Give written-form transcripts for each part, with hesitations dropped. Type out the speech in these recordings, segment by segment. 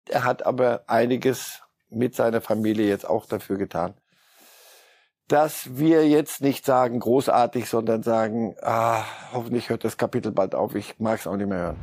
Er hat aber einiges mit seiner Familie jetzt auch dafür getan, dass wir jetzt nicht sagen großartig, sondern sagen, hoffentlich hört das Kapitel bald auf. Ich mag es auch nicht mehr hören.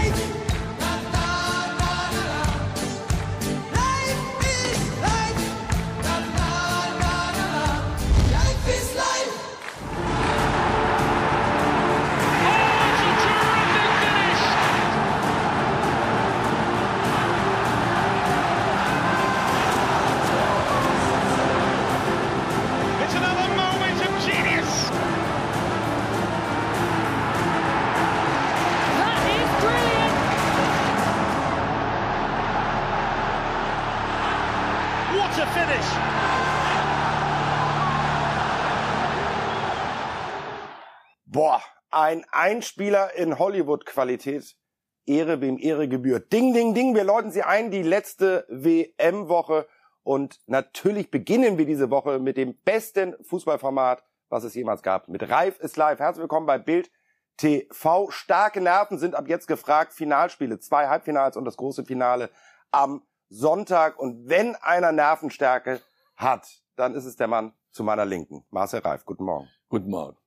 Boah, ein Einspieler in Hollywood-Qualität. Ehre, wem Ehre gebührt. Ding, ding, ding, wir läuten Sie ein, die letzte WM-Woche. Und natürlich beginnen wir diese Woche mit dem besten Fußballformat, was es jemals gab. Mit Reif ist live. Herzlich willkommen bei Bild TV. Starke Nerven sind ab jetzt gefragt. Finalspiele, 2 Halbfinals und das große Finale am Sonntag. Und wenn einer Nervenstärke hat, dann ist es der Mann zu meiner Linken. Marcel Reif, guten Morgen. Guten Morgen.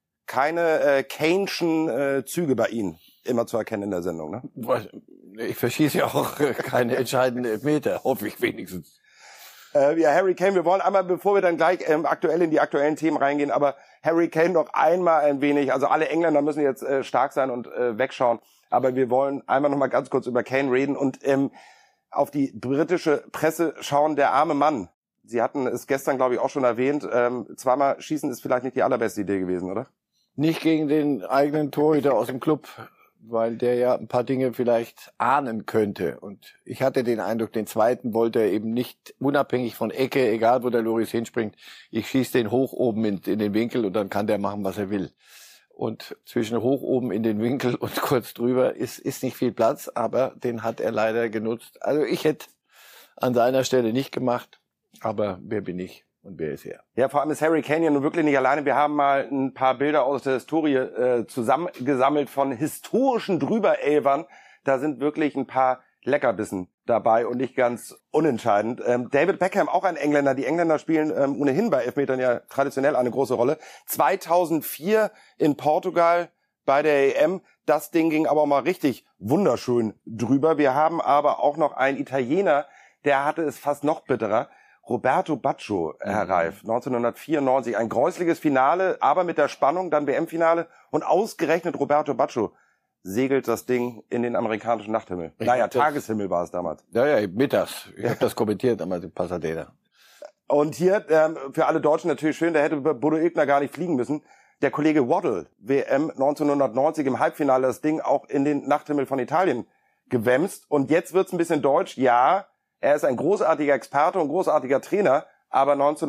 Keine Kane'schen Züge bei Ihnen immer zu erkennen in der Sendung, ne? Ich verschieße ja auch keine entscheidenden Elfmeter, hoffe ich wenigstens. Ja, Harry Kane, wir wollen einmal, bevor wir dann gleich aktuell in die aktuellen Themen reingehen, aber Harry Kane noch einmal ein wenig, also alle Engländer müssen jetzt stark sein und wegschauen, aber wir wollen einmal noch mal ganz kurz über Kane reden und auf die britische Presse schauen, der arme Mann. Sie hatten es gestern, glaube ich, auch schon erwähnt, zweimal schießen ist vielleicht nicht die allerbeste Idee gewesen, oder? Nicht gegen den eigenen Torhüter aus dem Club, weil der ja ein paar Dinge vielleicht ahnen könnte. Und ich hatte den Eindruck, den zweiten wollte er eben nicht unabhängig von Ecke, egal wo der Loris hinspringt. Ich schieße den hoch oben in den Winkel und dann kann der machen, was er will. Und zwischen hoch oben in den Winkel und kurz drüber ist nicht viel Platz, aber den hat er leider genutzt. Also ich hätte an seiner Stelle nicht gemacht, aber wer bin ich? Und wer ist er? Ja, vor allem ist Harry Kane ja nun wirklich nicht alleine. Wir haben mal ein paar Bilder aus der Historie zusammengesammelt von historischen Drüberelfern. Da sind wirklich ein paar Leckerbissen dabei und nicht ganz unentscheidend. David Beckham, auch ein Engländer. Die Engländer spielen ohnehin bei Elfmetern ja traditionell eine große Rolle. 2004 in Portugal bei der EM. Das Ding ging aber auch mal richtig wunderschön drüber. Wir haben aber auch noch einen Italiener, der hatte es fast noch bitterer. Roberto Baggio, Herr Reif, 1994, ein gräusliches Finale, aber mit der Spannung, dann WM-Finale und ausgerechnet Roberto Baggio segelt das Ding in den amerikanischen Nachthimmel. Tageshimmel war es damals. Ja, mittags. Ich habe das kommentiert damals in Pasadena. Und hier, für alle Deutschen natürlich schön, da hätte Bodo Illgner gar nicht fliegen müssen. Der Kollege Waddle, WM 1990 im Halbfinale, das Ding auch in den Nachthimmel von Italien gewämst. Und jetzt wird's ein bisschen deutsch, ja. Er ist ein großartiger Experte und großartiger Trainer, aber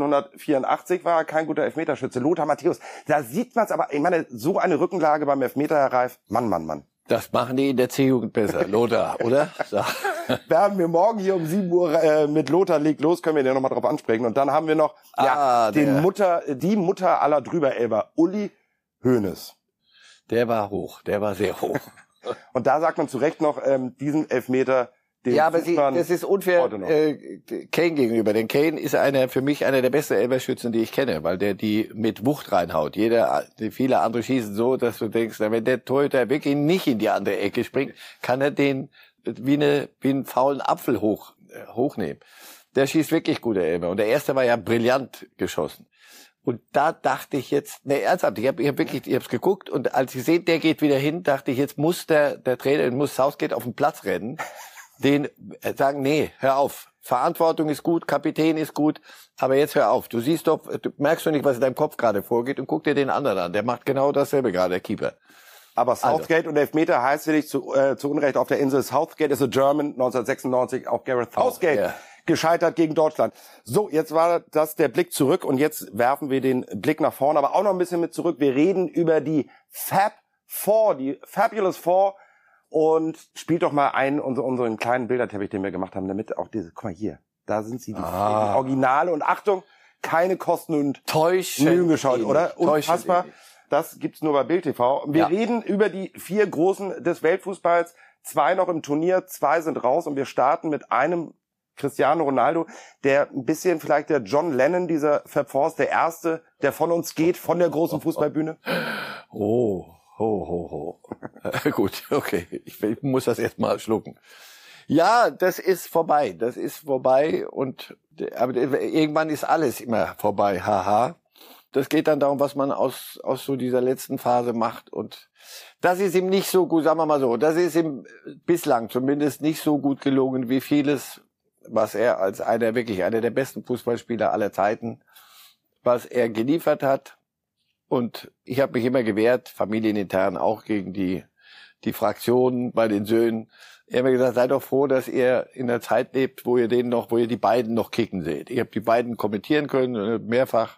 1984 war er kein guter Elfmeterschütze. Lothar Matthäus, da sieht man's aber, ich meine, so eine Rückenlage beim Elfmeter, Herr Reif, Mann. Das machen die in der C-Jugend besser, Lothar, oder? So. Werden wir morgen hier um 7 Uhr mit Lothar legt los, können wir den nochmal drauf ansprechen. Und dann haben wir noch die Mutter aller Drüberelfer, Uli Hoeneß. Der war hoch, der war sehr hoch. Und da sagt man zu Recht noch, diesen Elfmeter, ja, aber das ist unfair Kane gegenüber. Denn Kane ist für mich einer der besten Elferschützen, die ich kenne, weil der die mit Wucht reinhaut. Viele andere schießen so, dass du denkst, wenn der Torhüter wirklich nicht in die andere Ecke springt, kann er den wie einen faulen Apfel hochnehmen. Der schießt wirklich gute Elfer. Und der erste war ja brillant geschossen. Und da dachte ich jetzt, ernsthaft, ich hab's geguckt und als ich sehe, der geht wieder hin, dachte ich, jetzt muss der Trainer, muss Southgate auf den Platz rennen. Den sagen, nee, hör auf. Verantwortung ist gut, Kapitän ist gut, aber jetzt hör auf. Du merkst doch nicht, was in deinem Kopf gerade vorgeht und guck dir den anderen an. Der macht genau dasselbe gerade, der Keeper. Aber Southgate und Elfmeter heißt wirklich zu Unrecht auf der Insel. Southgate is a German, 1996 auch Gareth Southgate gescheitert gegen Deutschland. So, jetzt war das der Blick zurück und jetzt werfen wir den Blick nach vorne, aber auch noch ein bisschen mit zurück. Wir reden über die Fab Four, die Fabulous Four. Und spielt doch mal unseren kleinen Bilderteppich, den wir gemacht haben, damit auch guck mal hier, da sind sie, die Originale. Und Achtung, keine Kosten und Mühen geschaut, oder? Unfassbar. Das gibt's nur bei Bild TV. Wir reden über die 4 Großen des Weltfußballs. 2 noch im Turnier, 2 sind raus und wir starten mit einem Cristiano Ronaldo, der ein bisschen vielleicht der John Lennon, dieser Verforst, der Erste, der von uns geht, von der großen Fußballbühne. Gut, okay. Ich muss das erst mal schlucken. Ja, das ist vorbei. Das ist vorbei aber irgendwann ist alles immer vorbei. Haha. Das geht dann darum, was man aus so dieser letzten Phase macht. Und das ist ihm nicht so gut, sagen wir mal so, das ist ihm bislang zumindest nicht so gut gelungen wie vieles, was er als einer der besten Fußballspieler aller Zeiten, was er geliefert hat. Und ich habe mich immer gewehrt, familienintern auch gegen die Fraktionen bei den Söhnen. Er hat mir gesagt, seid doch froh, dass ihr in der Zeit lebt, wo ihr die beiden noch kicken seht. Ich habe die beiden kommentieren können, mehrfach.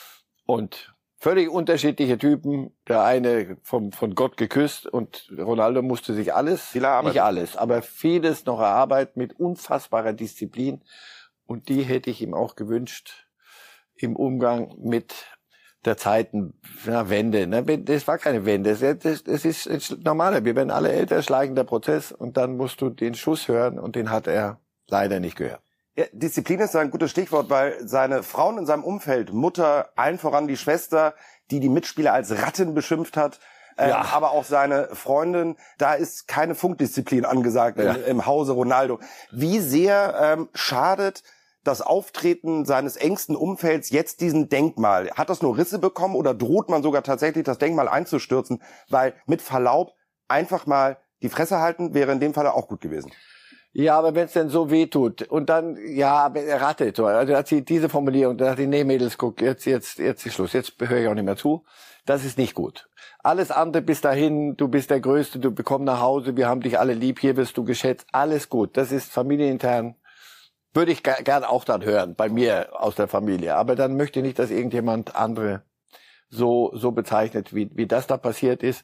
Und völlig unterschiedliche Typen. Der eine von Gott geküsst und Ronaldo musste sich nicht alles, aber vieles noch erarbeiten mit unfassbarer Disziplin. Und die hätte ich ihm auch gewünscht im Umgang mit der Zeitenwende. Das war keine Wende. Das ist normaler. Wir werden alle älter, schleichender Prozess. Und dann musst du den Schuss hören und den hat er leider nicht gehört. Ja, Disziplin ist ein gutes Stichwort, weil seine Frauen in seinem Umfeld, Mutter, allen voran die Schwester, die Mitspieler als Ratten beschimpft hat, aber auch seine Freundin, da ist keine Funkdisziplin angesagt im Hause Ronaldo. Wie sehr schadet das Auftreten seines engsten Umfelds jetzt diesem Denkmal? Hat das nur Risse bekommen oder droht man sogar tatsächlich, das Denkmal einzustürzen? Weil mit Verlaub einfach mal die Fresse halten wäre in dem Fall auch gut gewesen. Ja, aber wenn es denn so weh tut und dann, Ratte, also hat sie diese Formulierung, da dachte ich, nee Mädels, guck, jetzt ist Schluss, jetzt höre ich auch nicht mehr zu. Das ist nicht gut. Alles andere bis dahin, du bist der Größte, du bekommst nach Hause, wir haben dich alle lieb, hier wirst du geschätzt, alles gut. Das ist familienintern, würde ich gern auch dann hören, bei mir aus der Familie. Aber dann möchte ich nicht, dass irgendjemand andere so bezeichnet, wie das da passiert ist.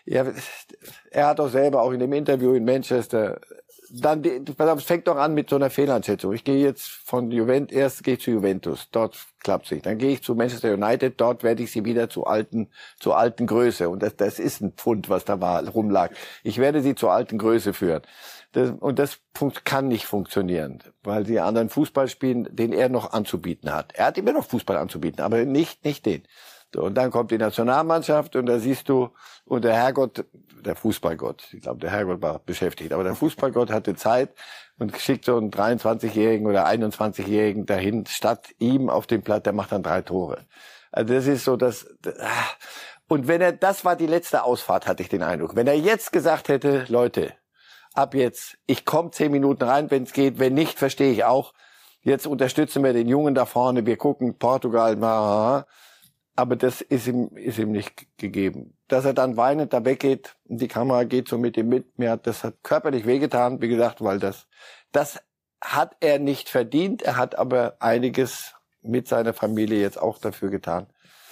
Er hat auch selber, auch in dem Interview in Manchester, es fängt doch an mit so einer Fehleinschätzung. Ich gehe jetzt von Juventus, erst gehe ich zu Juventus, dort klappt's nicht. Dann gehe ich zu Manchester United, dort werde ich sie wieder zur alten Größe. Und das ist ein Pfund, was da rumlag. Ich werde sie zur alten Größe führen. Das kann nicht funktionieren, weil die anderen Fußball spielen, den er noch anzubieten hat. Er hat immer noch Fußball anzubieten, aber nicht den. Und dann kommt die Nationalmannschaft und da siehst du, und der Herrgott, der Fußballgott, ich glaube, der Herrgott war beschäftigt, aber der Fußballgott hatte Zeit und schickt so einen 23-Jährigen oder 21-Jährigen dahin, statt ihm auf dem Platz, der macht dann 3 Tore. Also das ist so, und das war die letzte Ausfahrt, hatte ich den Eindruck. Wenn er jetzt gesagt hätte, Leute, ab jetzt, ich komme 10 Minuten rein, wenn es geht, wenn nicht, verstehe ich auch. Jetzt unterstützen wir den Jungen da vorne, wir gucken Portugal, aber das ist ihm nicht gegeben. Dass er dann weinend da weggeht und die Kamera geht so mit ihm mit, das hat körperlich wehgetan, wie gesagt, weil das hat er nicht verdient. Er hat aber einiges mit seiner Familie jetzt auch dafür getan,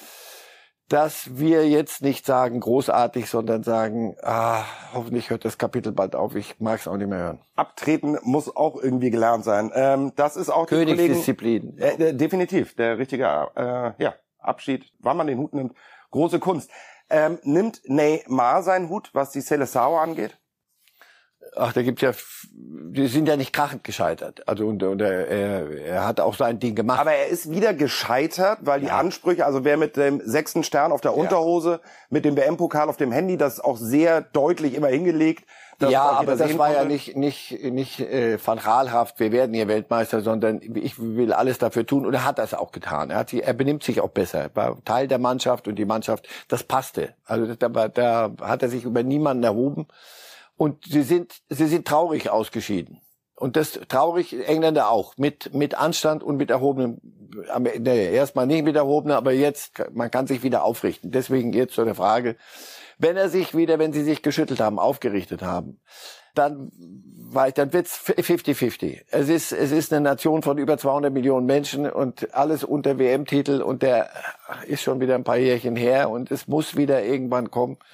dass wir jetzt nicht sagen großartig, sondern sagen, hoffentlich hört das Kapitel bald auf, ich mag es auch nicht mehr hören. Abtreten muss auch irgendwie gelernt sein. Das ist auch die Königsdisziplin. Definitiv, der richtige Abschied, wann man den Hut nimmt, große Kunst. Nimmt Neymar seinen Hut, was die Seleção angeht? Ach, die sind ja nicht krachend gescheitert. Also und er hat auch sein Ding gemacht. Aber er ist wieder gescheitert, weil die Ansprüche, also wer mit dem 6. Stern auf der Unterhose, mit dem WM-Pokal auf dem Handy, das auch sehr deutlich immer hingelegt. Aber das war ja nicht Van Gaalhaft, wir werden hier Weltmeister, sondern ich will alles dafür tun und er hat das auch getan. Er benimmt sich auch besser. Er war Teil der Mannschaft und die Mannschaft, das passte. Also da hat er sich über niemanden erhoben. Und sie sind traurig ausgeschieden. Und das traurig, Engländer auch, mit Anstand und mit erhobenem, erstmal nicht mit erhobenem, aber jetzt, man kann sich wieder aufrichten. Deswegen jetzt zu der Frage, wenn sie sich geschüttelt haben, aufgerichtet haben, dann wird's 50-50. Es ist eine Nation von über 200 Millionen Menschen und alles unter WM-Titel und der ist schon wieder ein paar Jährchen her und es muss wieder irgendwann kommen,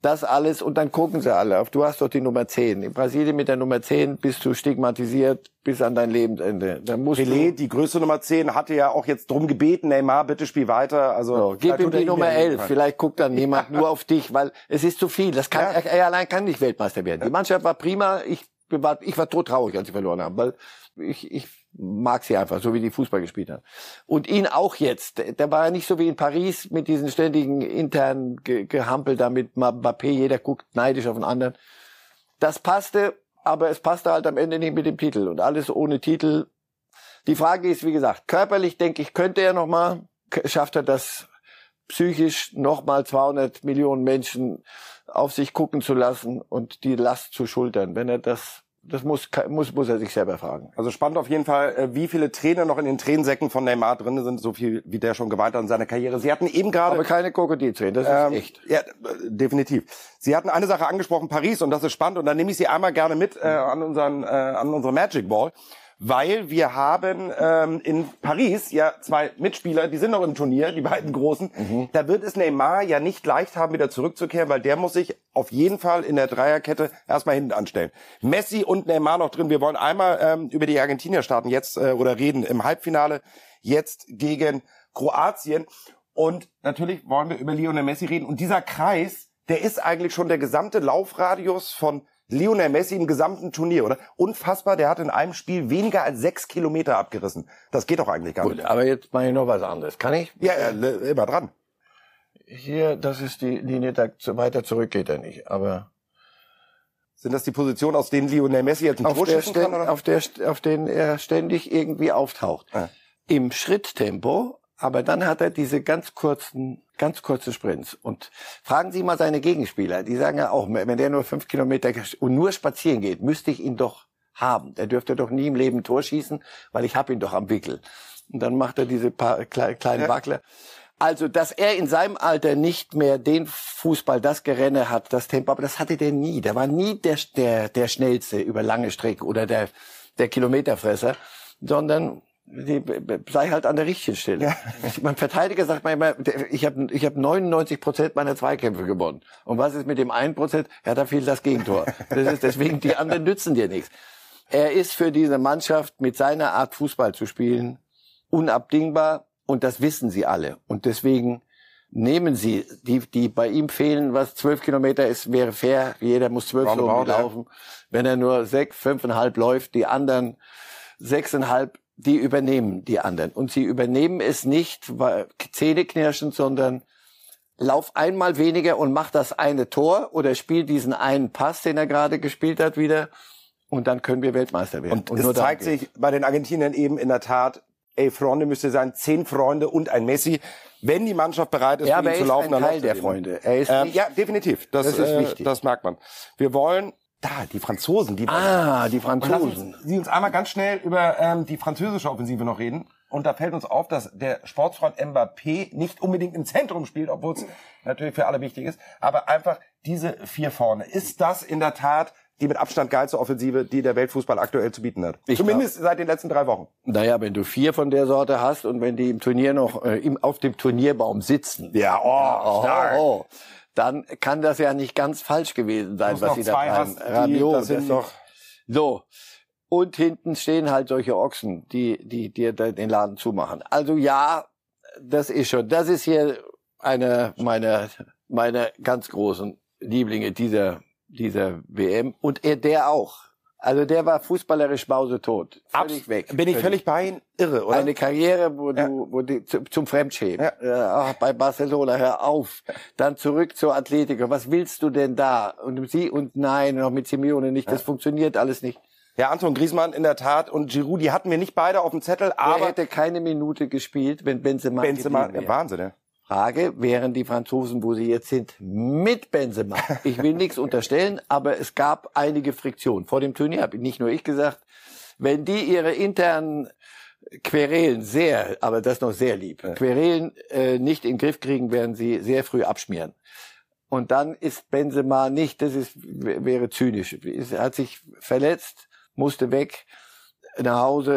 Das alles und dann gucken sie alle auf. Du hast doch die Nummer 10. In Brasilien mit der Nummer 10 bist du stigmatisiert bis an dein Lebensende. Da musst Pelé, die größte Nummer 10, hatte ja auch jetzt drum gebeten, Neymar, bitte spiel weiter. Also so, gib ihm die Nummer 11. Vielleicht guckt dann niemand nur auf dich, weil es ist zu viel. Das kann, er allein kann nicht Weltmeister werden. Die Mannschaft war prima. Ich war todtraurig, als sie verloren haben, weil ich mag sie einfach, so wie die Fußball gespielt haben. Und ihn auch jetzt. Der war ja nicht so wie in Paris mit diesen ständigen internen Gehampel da mit Mbappé. Jeder guckt neidisch auf den anderen. Das passte, aber es passte halt am Ende nicht mit dem Titel. Und alles ohne Titel. Die Frage ist, wie gesagt, körperlich denke ich, könnte er nochmal, schafft er das psychisch nochmal 200 Millionen Menschen auf sich gucken zu lassen und die Last zu schultern. Wenn er das muss er sich selber fragen. Also spannend auf jeden Fall, wie viele Tränen noch in den Tränensäcken von Neymar drin sind, so viel wie der schon geweint hat in seiner Karriere. Sie hatten eben gerade... Aber keine Krokodiltränen, das ist echt. Ja, definitiv. Sie hatten eine Sache angesprochen, Paris, und das ist spannend, und dann nehme ich Sie einmal gerne mit an unsere Magic Ball. Weil wir haben in Paris ja zwei Mitspieler, die sind noch im Turnier, die beiden Großen. Da wird es Neymar ja nicht leicht haben, wieder zurückzukehren, weil der muss sich auf jeden Fall in der Dreierkette erstmal hinten anstellen. Messi und Neymar noch drin. Wir wollen einmal über die Argentinier starten jetzt oder reden im Halbfinale jetzt gegen Kroatien. Und natürlich wollen wir über Lionel Messi reden. Und dieser Kreis, der ist eigentlich schon der gesamte Laufradius von Lionel Messi im gesamten Turnier, oder? Unfassbar, der hat in einem Spiel weniger als 6 Kilometer abgerissen. Das geht doch eigentlich gar nicht. Gut, aber jetzt mache ich noch was anderes. Kann ich? Ja, immer dran. Hier, das ist die Linie, weiter zurück geht er nicht, aber... Sind das die Positionen, aus denen Lionel Messi jetzt ein Tor schießen kann, oder? Auf denen er ständig irgendwie auftaucht. Ah. Im Schritttempo, aber dann hat er diese ganz kurze Sprints. Und fragen Sie mal seine Gegenspieler, die sagen ja auch, wenn der nur 5 Kilometer und nur spazieren geht, müsste ich ihn doch haben. Der dürfte doch nie im Leben ein Tor schießen, weil ich habe ihn doch am Wickel. Und dann macht er diese paar kleinen Wackler. Also, dass er in seinem Alter nicht mehr den Fußball, das Gerenne hat, das Tempo, aber das hatte der nie. Der war nie der Schnellste über lange Strecken oder der Kilometerfresser, sondern sei halt an der richtigen Stelle. Ja. Mein Verteidiger sagt mir immer, ich hab 99% meiner Zweikämpfe gewonnen. Und was ist mit dem 1%? Ja, da fiel das Gegentor. Deswegen, die anderen nützen dir nichts. Er ist für diese Mannschaft mit seiner Art Fußball zu spielen unabdingbar. Und das wissen sie alle. Und deswegen nehmen sie, die bei ihm fehlen, was 12 Kilometer ist, wäre fair. Jeder muss 12 Stunden laufen. Wenn er nur 5,5 läuft, die anderen 6,5, die übernehmen die anderen. Und sie übernehmen es nicht, weil zähneknirschend, sondern lauf einmal weniger und mach das eine Tor oder spiel diesen einen Pass, den er gerade gespielt hat, wieder. Und dann können wir Weltmeister werden. Und es zeigt sich bei den Argentiniern eben in der Tat, Freunde müsste sein, 10 Freunde und ein Messi. Wenn die Mannschaft bereit ist, für ihn zu laufen, dann Teil der Freunde. Er ist nicht, ja, definitiv. Das ist wichtig. Das merkt man. Wir wollen die Franzosen. Die Franzosen. Sie uns einmal ganz schnell über die französische Offensive noch reden. Und da fällt uns auf, dass der Sportsfreund Mbappé nicht unbedingt im Zentrum spielt, obwohl es natürlich für alle wichtig ist. Aber einfach diese 4 vorne. Ist das in der Tat die mit Abstand geilste Offensive, die der Weltfußball aktuell zu bieten hat? Zumindest seit den letzten 3 Wochen. Naja, wenn du 4 von der Sorte hast und wenn die im Turnier noch auf dem Turnierbaum sitzen. Ja, dann kann das ja nicht ganz falsch gewesen sein, was sie da haben. Rabiot, das sind noch so. Und hinten stehen halt solche Ochsen, die dir den Laden zumachen. Also ja, das ist hier einer meiner ganz großen Lieblinge dieser WM. Und der auch. Also der war fußballerisch mausetot. Völlig weg. Bin ich völlig bei Ihnen? Irre, oder? Eine Karriere, wo du zum Fremdschämen. Ja. Bei Barcelona, hör auf. Dann zurück zur Atletico. Was willst du denn da? Und nein, noch mit Simeone nicht. Das funktioniert alles nicht. Ja, Antoine Griezmann in der Tat und Giroud, die hatten wir nicht beide auf dem Zettel, aber... Er hätte keine Minute gespielt, wenn Benzema Wahnsinn, ja. Frage, wären die Franzosen, wo sie jetzt sind, mit Benzema? Ich will nichts unterstellen, aber es gab einige Friktionen. Vor dem Turnier habe nicht nur ich gesagt, wenn die ihre internen Querelen aber das noch sehr lieb, Querelen nicht in den Griff kriegen, werden sie sehr früh abschmieren. Und dann ist Benzema nicht, wäre zynisch. Er hat sich verletzt, musste weg, nach Hause,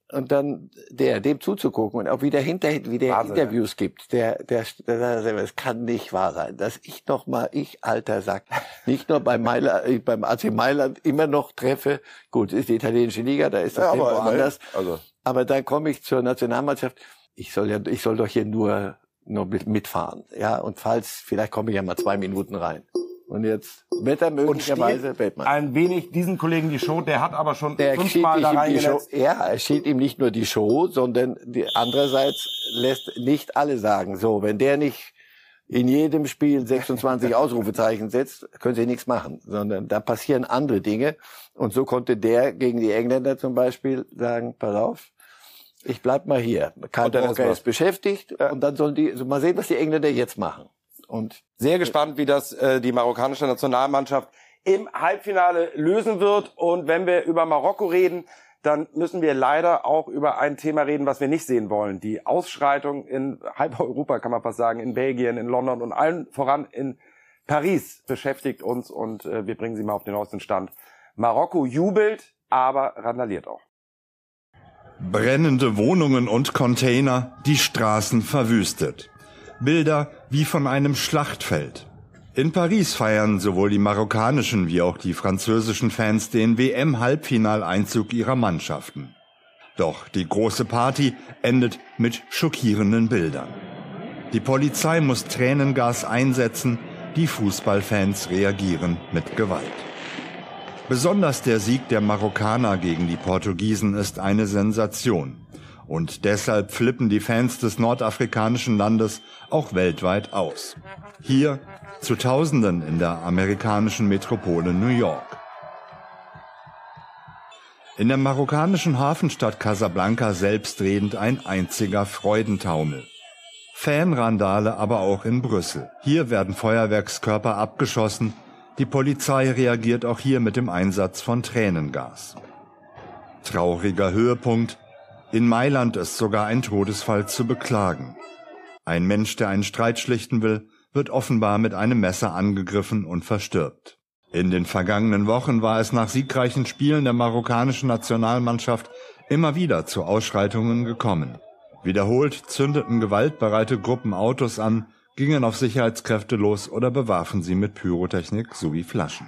dann dem zuzugucken und auch wie der Interviews gibt, das kann nicht wahr sein, dass ich alter Sack, nicht nur beim AC Mailand immer noch treffe. Gut, ist die italienische Liga, da ist das Tempo anders. Aber dann komme ich zur Nationalmannschaft. Ich soll doch hier nur mitfahren, ja. Und vielleicht komme ich ja mal 2 Minuten rein. Und jetzt Wetter möglicherweise Weltmann. Ein wenig diesen Kollegen die Show, der hat aber schon 5-mal da reingesetzt. Ja, er steht ihm nicht nur die Show, sondern andererseits lässt nicht alle sagen, so, wenn der nicht in jedem Spiel 26 Ausrufezeichen setzt, können sie nichts machen, sondern da passieren andere Dinge. Und so konnte der gegen die Engländer zum Beispiel sagen, pass auf, ich bleib mal hier. Karl Walker ist beschäftigt und dann sollen die mal sehen, was die Engländer jetzt machen. Und sehr gespannt, wie das die marokkanische Nationalmannschaft im Halbfinale lösen wird. Und wenn wir über Marokko reden, dann müssen wir leider auch über ein Thema reden, was wir nicht sehen wollen. Die Ausschreitung in halb Europa, kann man fast sagen, in Belgien, in London und allen voran in Paris beschäftigt uns. Und wir bringen Sie mal auf den neuesten Stand. Marokko jubelt, aber randaliert auch. Brennende Wohnungen und Container, die Straßen verwüstet. Bilder wie von einem Schlachtfeld. In Paris feiern sowohl die marokkanischen wie auch die französischen Fans den WM-Halbfinaleinzug ihrer Mannschaften. Doch die große Party endet mit schockierenden Bildern. Die Polizei muss Tränengas einsetzen, die Fußballfans reagieren mit Gewalt. Besonders der Sieg der Marokkaner gegen die Portugiesen ist eine Sensation. Und deshalb flippen die Fans des nordafrikanischen Landes auch weltweit aus. Hier zu Tausenden in der amerikanischen Metropole New York. In der marokkanischen Hafenstadt Casablanca selbstredend ein einziger Freudentaumel. Fanrandale aber auch in Brüssel. Hier werden Feuerwerkskörper abgeschossen. Die Polizei reagiert auch hier mit dem Einsatz von Tränengas. Trauriger Höhepunkt. In Mailand ist sogar ein Todesfall zu beklagen. Ein Mensch, der einen Streit schlichten will, wird offenbar mit einem Messer angegriffen und verstirbt. In den vergangenen Wochen war es nach siegreichen Spielen der marokkanischen Nationalmannschaft immer wieder zu Ausschreitungen gekommen. Wiederholt zündeten gewaltbereite Gruppen Autos an, gingen auf Sicherheitskräfte los oder bewarfen sie mit Pyrotechnik sowie Flaschen.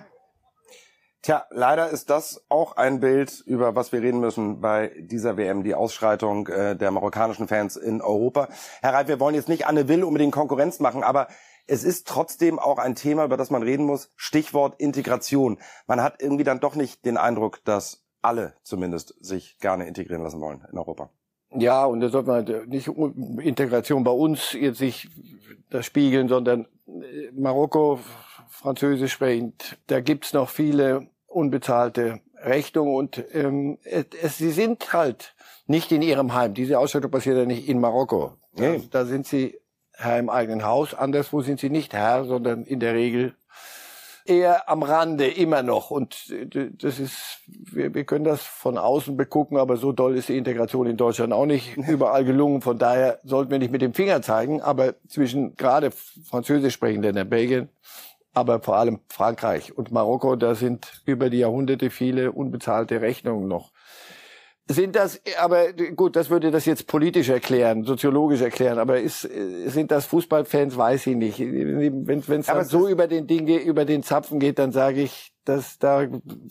Tja, leider ist das auch ein Bild, über was wir reden müssen bei dieser WM, die Ausschreitung der marokkanischen Fans in Europa. Herr Reif, wir wollen jetzt nicht Anne Will unbedingt Konkurrenz machen, aber es ist trotzdem auch ein Thema, über das man reden muss. Stichwort Integration. Man hat irgendwie dann doch nicht den Eindruck, dass alle zumindest sich gerne integrieren lassen wollen in Europa. Ja, und da sollte man nicht Integration bei uns jetzt sich das spiegeln, sondern Marokko, Französisch sprechend, da gibt's noch viele unbezahlte Rechnungen und sie sind halt nicht in ihrem Heim. Diese Ausschreitung passiert ja nicht in Marokko. Nee. Da sind sie Herr im eigenen Haus. Anderswo sind sie nicht Herr, sondern in der Regel eher am Rande immer noch. Und das ist, wir können das von außen begucken, aber so doll ist die Integration in Deutschland auch nicht überall gelungen. Von daher sollten wir nicht mit dem Finger zeigen, aber zwischen gerade Französisch sprechenden Ländern, Belgien, aber vor allem Frankreich und Marokko, da sind über die Jahrhunderte viele unbezahlte Rechnungen noch. Sind das, aber gut, das würde das jetzt politisch erklären, soziologisch erklären, aber sind das Fußballfans, weiß ich nicht. Wenn es dann so über den Zapfen geht, dann sage ich, dass da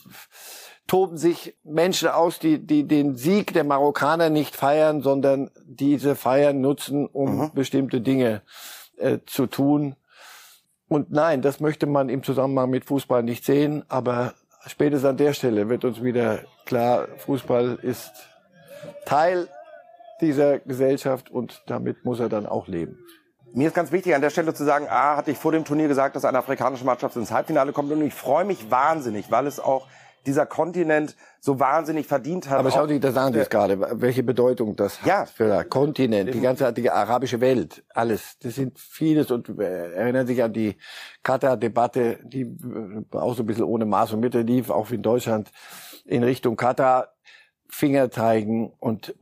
toben sich Menschen aus, die den Sieg der Marokkaner nicht feiern, sondern diese Feiern nutzen, um bestimmte Dinge zu tun. Und nein, das möchte man im Zusammenhang mit Fußball nicht sehen, aber spätestens an der Stelle wird uns wieder klar, Fußball ist Teil dieser Gesellschaft und damit muss er dann auch leben. Mir ist ganz wichtig an der Stelle zu sagen, hatte ich vor dem Turnier gesagt, dass eine afrikanische Mannschaft ins Halbfinale kommt und ich freue mich wahnsinnig, weil es auch dieser Kontinent so wahnsinnig verdient hat. Aber schau dir, da sagen Sie es gerade, welche Bedeutung das hat für den Kontinent, die ganze arabische Welt, alles. Das sind vieles und erinnern sich an die Katar-Debatte, die auch so ein bisschen ohne Maß und Mitte lief, auch in Deutschland in Richtung Katar, Finger zeigen und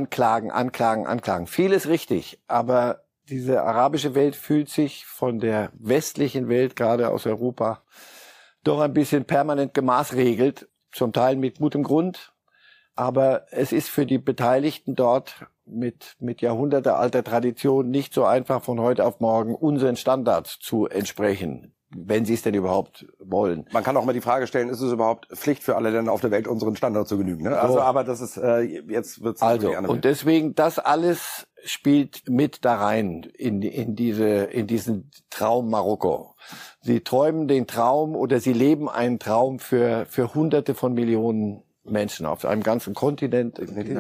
anklagen. Vieles richtig, aber diese arabische Welt fühlt sich von der westlichen Welt, gerade aus Europa, doch ein bisschen permanent gemaßregelt, zum Teil mit gutem Grund, Aber es ist für die Beteiligten dort mit jahrhundertealter Tradition nicht so einfach, von heute auf morgen unseren Standards zu entsprechen, wenn sie es denn überhaupt wollen. Man kann auch mal die Frage stellen, ist es überhaupt Pflicht für alle Länder auf der Welt, unseren Standards zu genügen? Ne? Also, aber das ist, jetzt wird's also, und deswegen, das alles spielt mit da rein in diesen Traum Marokko. Sie träumen den Traum oder sie leben einen Traum für Hunderte von Millionen Menschen auf einem ganzen Kontinent, in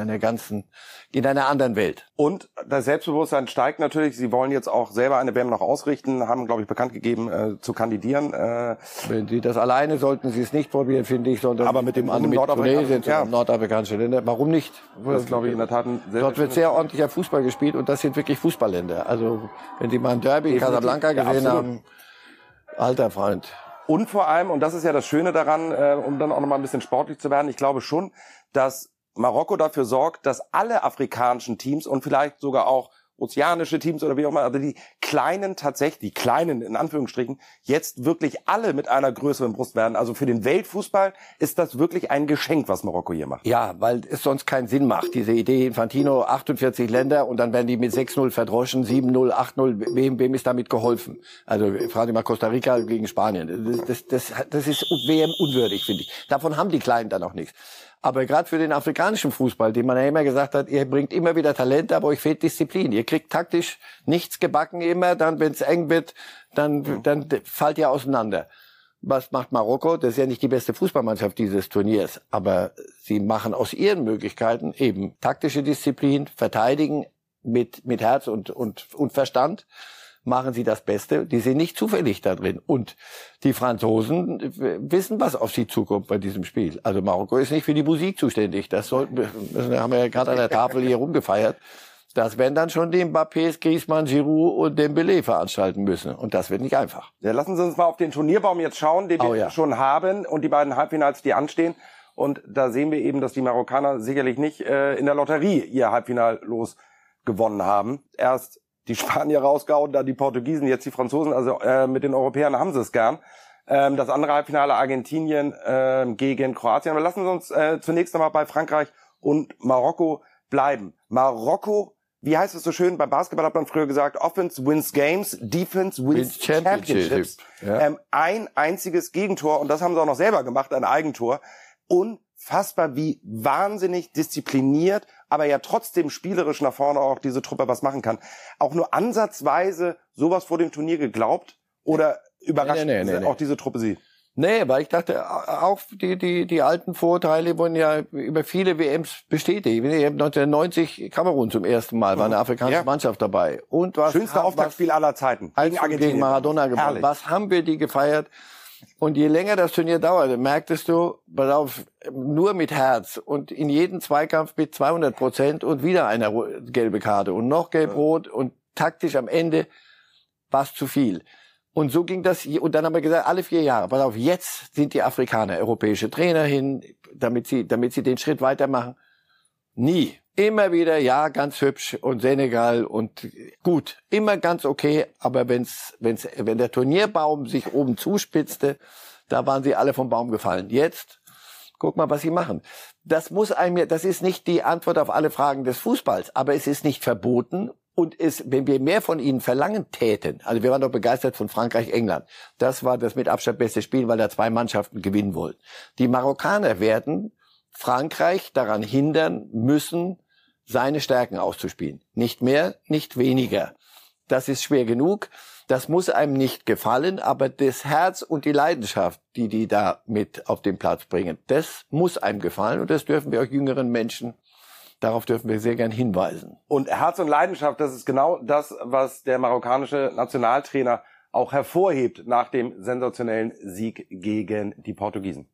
einer anderen Welt. Und das Selbstbewusstsein steigt natürlich. Sie wollen jetzt auch selber eine WM noch ausrichten, haben, glaube ich, bekannt gegeben, zu kandidieren. Wenn Sie das alleine, sollten Sie es nicht probieren, finde ich, sondern aber mit dem nordafrikanischen Länder. Warum nicht? Das glaube ich in der Tat. Dort wird sehr ordentlicher Fußball gespielt und das sind wirklich Fußballländer. Also, wenn Sie mal ein Derby in Casablanca gesehen haben, alter Freund. Und vor allem, und das ist ja das Schöne daran, um dann auch noch mal ein bisschen sportlich zu werden, ich glaube schon, dass Marokko dafür sorgt, dass alle afrikanischen Teams und vielleicht sogar auch ozeanische Teams oder wie auch immer, also die kleinen tatsächlich, die kleinen in Anführungsstrichen, jetzt wirklich alle mit einer größeren Brust werden. Also für den Weltfußball ist das wirklich ein Geschenk, was Marokko hier macht. Ja, weil es sonst keinen Sinn macht. Diese Idee Infantino, 48 Länder und dann werden die mit 6-0 verdroschen, 7-0, 8-0. Wem ist damit geholfen? Also frage mal Costa Rica gegen Spanien. Das ist WM unwürdig, finde ich. Davon haben die Kleinen dann auch nichts. Aber gerade für den afrikanischen Fußball, den man ja immer gesagt hat, ihr bringt immer wieder Talent, aber euch fehlt Disziplin. Ihr kriegt taktisch nichts gebacken immer, dann wenn es eng wird, dann fallt ihr auseinander. Was macht Marokko? Das ist ja nicht die beste Fußballmannschaft dieses Turniers, aber sie machen aus ihren Möglichkeiten eben taktische Disziplin, verteidigen mit Herz und Verstand. Machen sie das Beste. Die sind nicht zufällig da drin. Und die Franzosen wissen, was auf sie zukommt bei diesem Spiel. Also Marokko ist nicht für die Musik zuständig. Das haben wir ja gerade an der Tafel hier rumgefeiert. Das werden dann schon die Mbappés, Griezmann, Giroud und Dembélé veranstalten müssen. Und das wird nicht einfach. Ja, lassen Sie uns mal auf den Turnierbaum jetzt schauen, den wir schon haben und die beiden Halbfinals, die anstehen. Und da sehen wir eben, dass die Marokkaner sicherlich nicht in der Lotterie ihr Halbfinal gewonnen haben. Erst die Spanier rausgehauen, dann die Portugiesen, jetzt die Franzosen. Also mit den Europäern haben sie es gern. Das andere Halbfinale Argentinien gegen Kroatien. Aber lassen Sie uns zunächst einmal bei Frankreich und Marokko bleiben. Marokko, wie heißt es so schön, beim Basketball hat man früher gesagt, Offense wins Games, Defense wins Championships. Ja. Ein einziges Gegentor, und das haben sie auch noch selber gemacht, ein Eigentor. Unfassbar, wie wahnsinnig diszipliniert, aber ja trotzdem spielerisch nach vorne auch diese Truppe was machen kann. Auch nur ansatzweise sowas vor dem Turnier geglaubt oder überrascht auch diese Truppe sie? Nee, weil ich dachte, auch die alten Vorteile wurden ja über viele WMs bestätigt. 1990 Kamerun zum ersten Mal war eine afrikanische Mannschaft dabei. Und schönste Auftaktspiel aller Zeiten. Gegen Maradona gewonnen. Was haben wir die gefeiert? Und je länger das Turnier dauerte, merktest du, pass auf, nur mit Herz und in jedem Zweikampf mit 200% und wieder eine gelbe Karte und noch gelb-rot und taktisch am Ende war es zu viel. Und so ging das, und dann haben wir gesagt, alle 4 Jahre, pass auf, jetzt sind die Afrikaner europäische Trainer hin, damit sie den Schritt weitermachen. Nie. Immer wieder, ja, ganz hübsch und Senegal und gut, immer ganz okay, aber wenn der Turnierbaum sich oben zuspitzte, da waren sie alle vom Baum gefallen. Jetzt, guck mal, was sie machen. Das ist nicht die Antwort auf alle Fragen des Fußballs, aber es ist nicht verboten und wenn wir mehr von ihnen verlangen täten, also wir waren doch begeistert von Frankreich, England. Das war das mit Abstand beste Spiel, weil da 2 Mannschaften gewinnen wollten. Die Marokkaner werden Frankreich daran hindern müssen, seine Stärken auszuspielen. Nicht mehr, nicht weniger. Das ist schwer genug. Das muss einem nicht gefallen, aber das Herz und die Leidenschaft, die da mit auf den Platz bringen, das muss einem gefallen und das dürfen wir auch jüngeren Menschen, darauf dürfen wir sehr gern hinweisen. Und Herz und Leidenschaft, das ist genau das, was der marokkanische Nationaltrainer auch hervorhebt nach dem sensationellen Sieg gegen die Portugiesen.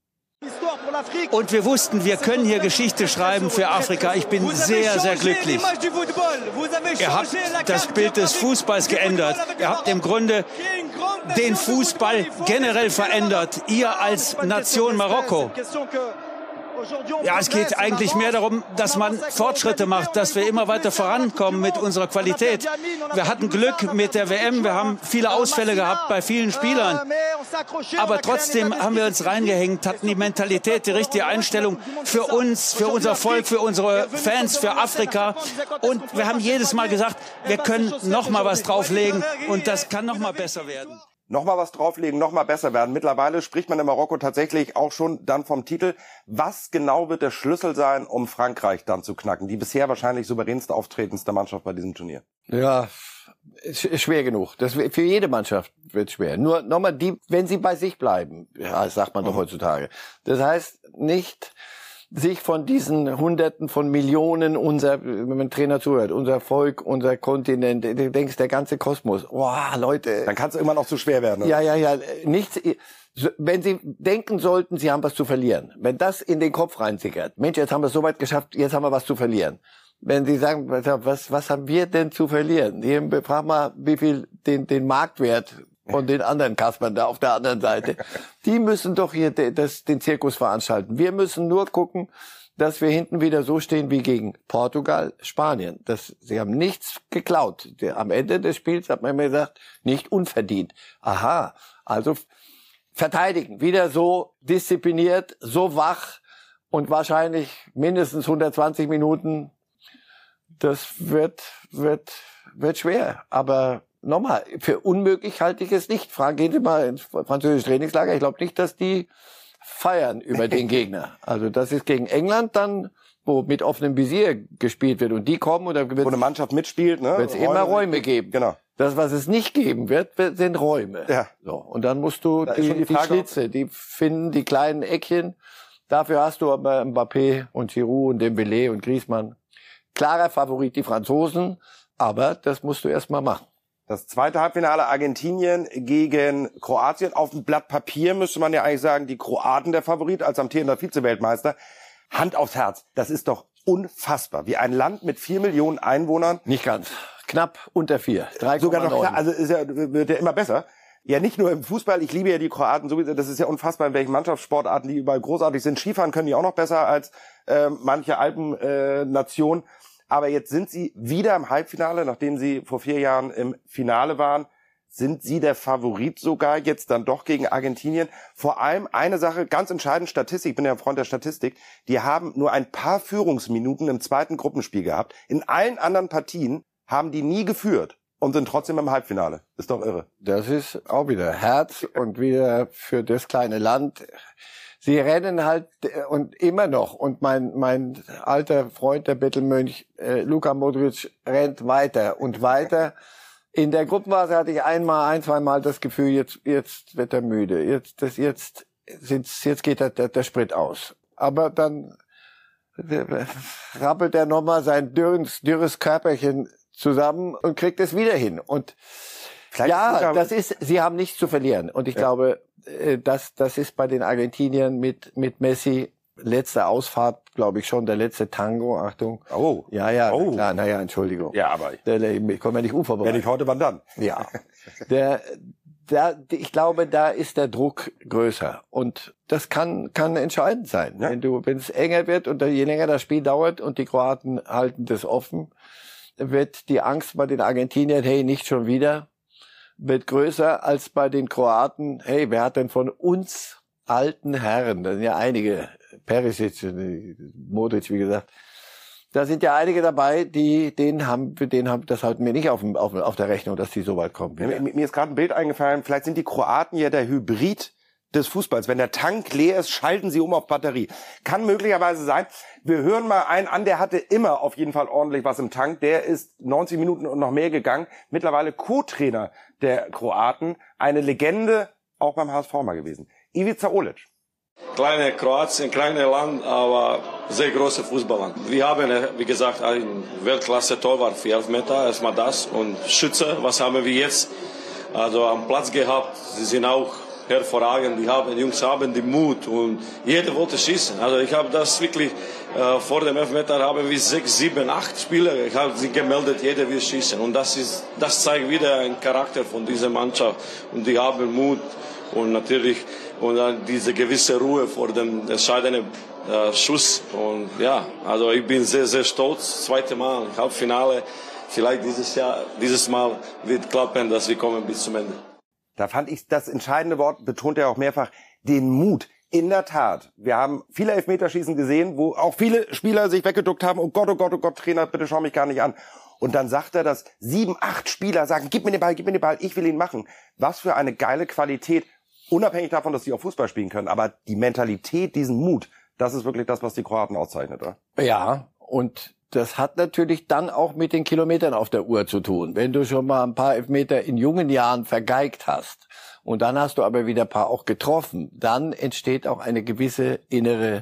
Und wir wussten, wir können hier Geschichte schreiben für Afrika. Ich bin sehr, sehr glücklich. Ihr habt das Bild des Fußballs geändert. Ihr habt im Grunde den Fußball generell verändert. Ihr als Nation Marokko. Ja, es geht eigentlich mehr darum, dass man Fortschritte macht, dass wir immer weiter vorankommen mit unserer Qualität. Wir hatten Glück mit der WM, wir haben viele Ausfälle gehabt bei vielen Spielern. Aber trotzdem haben wir uns reingehängt, hatten die Mentalität, die richtige Einstellung für uns, für unser Volk, für unsere Fans, für Afrika. Und wir haben jedes Mal gesagt, wir können noch mal was drauflegen und das kann noch mal besser werden. Nochmal was drauflegen, nochmal besser werden. Mittlerweile spricht man in Marokko tatsächlich auch schon dann vom Titel. Was genau wird der Schlüssel sein, um Frankreich dann zu knacken? Die bisher wahrscheinlich souveränste auftretendste Mannschaft bei diesem Turnier. Ja, ist schwer genug. Das für jede Mannschaft wird schwer. Nur nochmal wenn sie bei sich bleiben, ja, das sagt man doch heutzutage. Das heißt nicht sich von diesen Hunderten von Millionen wenn man dem Trainer zuhört, unser Volk, unser Kontinent, du denkst, der ganze Kosmos, wow, Leute. Dann kann es immer noch zu schwer werden. Oder? Ja, nichts, wenn sie denken sollten, sie haben was zu verlieren, wenn das in den Kopf reinsickert, Mensch, jetzt haben wir es so weit geschafft, jetzt haben wir was zu verlieren. Wenn sie sagen, was haben wir denn zu verlieren? Frag mal, wie viel den Marktwert von den anderen Kaspern da auf der anderen Seite. Die müssen doch hier den Zirkus veranstalten. Wir müssen nur gucken, dass wir hinten wieder so stehen wie gegen Portugal, Spanien. Sie haben nichts geklaut. Am Ende des Spiels hat man mir gesagt, nicht unverdient. Aha, also verteidigen. Wieder so diszipliniert, so wach und wahrscheinlich mindestens 120 Minuten. Das wird schwer. Aber nochmal, für unmöglich halte ich es nicht. Gehen Sie mal ins französische Trainingslager. Ich glaube nicht, dass die feiern über den Gegner. Also das ist gegen England dann, wo mit offenem Visier gespielt wird und die kommen und dann wo eine Mannschaft mitspielt, ne? Wird es immer Räume geben. Genau. Das, was es nicht geben wird, sind Räume. Ja. So, und dann musst du die Frage, Schlitze, die finden, die kleinen Eckchen. Dafür hast du aber Mbappé und Giroud und Dembélé und Griezmann. Klarer Favorit die Franzosen, aber das musst du erst mal machen. Das zweite Halbfinale Argentinien gegen Kroatien. Auf dem Blatt Papier müsste man ja eigentlich sagen, die Kroaten der Favorit als amtierender Vize-Weltmeister. Hand aufs Herz, das ist doch unfassbar. Wie ein Land mit 4 Millionen Einwohnern. Nicht ganz. Knapp unter 4. 3,9. Sogar noch klar, also wird ja immer besser. Ja, nicht nur im Fußball, ich liebe ja die Kroaten sowieso, das ist ja unfassbar, in welchen Mannschaftssportarten die überall großartig sind. Skifahren können die auch noch besser als manche Alpennationen. Aber jetzt sind sie wieder im Halbfinale, nachdem sie vor 4 Jahren im Finale waren. Sind sie der Favorit sogar jetzt dann doch gegen Argentinien? Vor allem eine Sache, ganz entscheidend, Statistik, ich bin ja ein Freund der Statistik, die haben nur ein paar Führungsminuten im zweiten Gruppenspiel gehabt. In allen anderen Partien haben die nie geführt und sind trotzdem im Halbfinale. Ist doch irre. Das ist auch wieder Herz und wieder für das kleine Land. Sie rennen halt und immer noch. Und mein alter Freund, der Bettelmönch, Luka Modric, rennt weiter und weiter. In der Gruppenphase hatte ich ein, zweimal das Gefühl, jetzt wird er müde. Jetzt geht der Sprit aus. Aber dann rappelt er nochmal sein dürres Körperchen zusammen und kriegt es wieder hin. Und ja, sie haben nichts zu verlieren. Und ich glaube, das ist bei den Argentiniern mit Messi letzte Ausfahrt, glaube ich schon, der letzte Tango. Achtung. Oh. Ja, oh. Klar, naja, Entschuldigung. Ja, aber ich komme ja nicht unvorbereitet. Wenn nicht heute, wann dann? Ja. Ich glaube, da ist der Druck größer. Und das kann entscheidend sein. Ja. Wenn es enger wird und je länger das Spiel dauert und die Kroaten halten das offen, wird die Angst bei den Argentiniern, hey, nicht schon wieder, wird größer als bei den Kroaten. Hey, wer hat denn von uns alten Herren, da sind ja einige, Perisic, Modric, wie gesagt, da sind ja einige dabei, denen haben das halten wir nicht auf der Rechnung, dass die so weit kommen. Mir ist gerade ein Bild eingefallen, vielleicht sind die Kroaten ja der Hybrid des Fußballs. Wenn der Tank leer ist, schalten sie um auf Batterie. Kann möglicherweise sein. Wir hören mal einen an, der hatte immer auf jeden Fall ordentlich was im Tank. Der ist 90 Minuten und noch mehr gegangen. Mittlerweile Co-Trainer der Kroaten. Eine Legende, auch beim HSV mal gewesen. Ivica Olic. Kleine Kroatien, kleines Land, aber sehr große Fußballland. Wir haben, wie gesagt, einen Weltklasse-Torwart für Elfmeter, erstmal das. Und Schütze, was haben wir jetzt? Also am Platz gehabt, sie sind auch hervorragend. Die Jungs haben den Mut und jeder wollte schießen. Also ich habe das wirklich, vor dem Elfmeter haben wir 6, 7, 8 Spieler. Ich habe sie gemeldet, jeder will schießen. Und das zeigt wieder einen Charakter von dieser Mannschaft. Und die haben Mut und natürlich und dann diese gewisse Ruhe vor dem entscheidenden Schuss. Und ja, also ich bin sehr, sehr stolz. Zweite Mal Halbfinale. Vielleicht dieses Mal wird klappen, dass wir kommen bis zum Ende. Da fand ich das entscheidende Wort, betont er auch mehrfach, den Mut. In der Tat, wir haben viele Elfmeterschießen gesehen, wo auch viele Spieler sich weggeduckt haben. Oh Gott, Trainer, bitte schau mich gar nicht an. Und dann sagt er, dass 7, 8 Spieler sagen, gib mir den Ball, ich will ihn machen. Was für eine geile Qualität, unabhängig davon, dass sie auch Fußball spielen können. Aber die Mentalität, diesen Mut, das ist wirklich das, was die Kroaten auszeichnet, oder? Ja, und das hat natürlich dann auch mit den Kilometern auf der Uhr zu tun. Wenn du schon mal ein paar Elfmeter in jungen Jahren vergeigt hast und dann hast du aber wieder ein paar auch getroffen, dann entsteht auch eine gewisse innere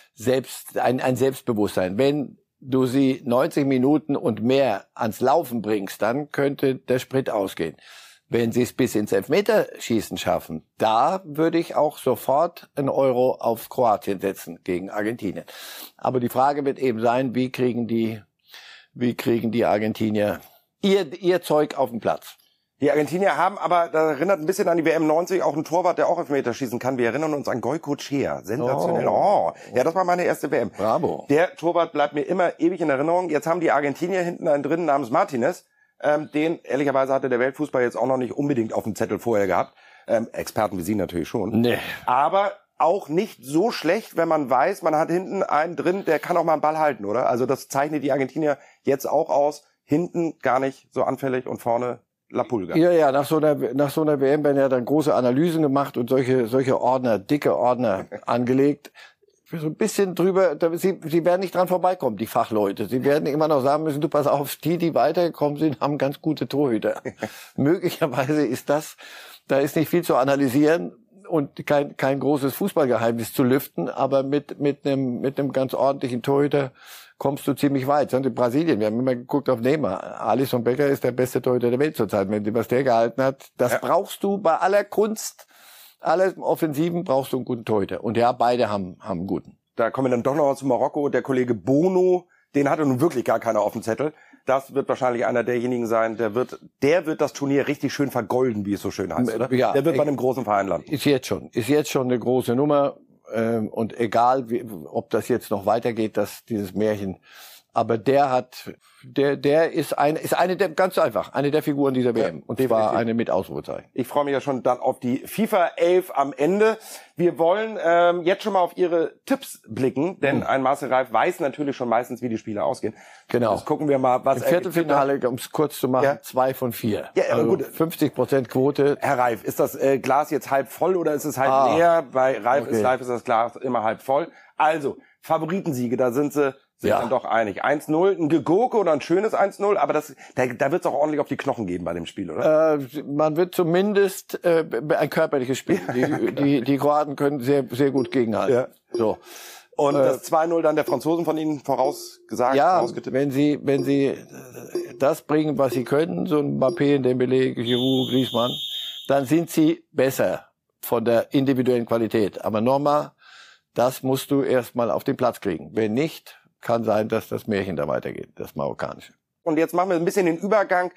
ein Selbstbewusstsein. Wenn du sie 90 Minuten und mehr ans Laufen bringst, dann könnte der Sprit ausgehen. Wenn sie es bis ins Elfmeterschießen schaffen, da würde ich auch sofort einen Euro auf Kroatien setzen gegen Argentinien. Aber die Frage wird eben sein, wie kriegen die Argentinier ihr Zeug auf den Platz? Die Argentinier haben aber, das erinnert ein bisschen an die WM 90, auch einen Torwart, der auch Elfmeter schießen kann. Wir erinnern uns an Goycochea. Sensationell. Oh. Ja, das war meine erste WM. Bravo. Der Torwart bleibt mir immer ewig in Erinnerung. Jetzt haben die Argentinier hinten einen drin namens Martinez. Den, ehrlicherweise, hatte der Weltfußball jetzt auch noch nicht unbedingt auf dem Zettel vorher gehabt. Experten wie Sie natürlich schon. Nee. Aber auch nicht so schlecht, wenn man weiß, man hat hinten einen drin, der kann auch mal einen Ball halten, oder? Also das zeichnet die Argentinier jetzt auch aus. Hinten gar nicht so anfällig und vorne La Pulga. Ja, nach so einer WM werden ja dann große Analysen gemacht und solche Ordner, dicke Ordner angelegt. So ein bisschen drüber, sie werden nicht dran vorbeikommen, die Fachleute. Sie werden immer noch sagen müssen, du pass auf, die weitergekommen sind, haben ganz gute Torhüter. Möglicherweise da ist nicht viel zu analysieren und kein großes Fußballgeheimnis zu lüften, aber mit einem ganz ordentlichen Torhüter kommst du ziemlich weit. In Brasilien, wir haben immer geguckt auf Neymar. Alisson Becker ist der beste Torhüter der Welt zurzeit. Was der gehalten hat, das brauchst du bei aller Kunst. Alle Offensiven brauchst du einen guten Torhüter. Und ja, beide haben einen guten. Da kommen wir dann doch noch zu Marokko. Der Kollege Bono, den hatte nun wirklich gar keiner auf dem Zettel. Das wird wahrscheinlich einer derjenigen sein, der wird das Turnier richtig schön vergolden, wie es so schön heißt, oder? Ja, der wird bei einem großen Verein landen. Ist jetzt schon eine große Nummer. Und egal, ob das jetzt noch weitergeht, dieses Märchen. Aber der ist eine der, ganz einfach, eine der Figuren dieser WM. Ja, und die war eine mit Ausrufezeichen. Ich freue mich ja schon dann auf die FIFA 11 am Ende. Wir wollen jetzt schon mal auf Ihre Tipps blicken, denn ein Marcel Reif weiß natürlich schon meistens, wie die Spiele ausgehen. Genau. Jetzt gucken wir mal, was im Viertelfinale, um es kurz zu machen, 2 von 4. Ja, also gut. 50% Quote. Herr Reif, ist das Glas jetzt halb voll oder ist es halb leer? Bei Reif ist das Glas immer halb voll. Also, Favoritensiege, da sind sie dann doch einig. 1-0, ein Gegurke oder ein schönes 1-0, aber da wird es auch ordentlich auf die Knochen geben bei dem Spiel, oder? Man wird zumindest ein körperliches Spiel. Die Kroaten können sehr, sehr gut gegenhalten. Ja. So. Und das 2-0 dann der Franzosen von Ihnen vorausgetippt? Wenn sie das bringen, was sie können, so ein Mbappé, Dembélé, Giroud, Griezmann, dann sind sie besser von der individuellen Qualität. Aber nochmal, das musst du erstmal auf den Platz kriegen. Wenn nicht, kann sein, dass das Märchen da weitergeht, das marokkanische. Und jetzt machen wir ein bisschen den Übergang.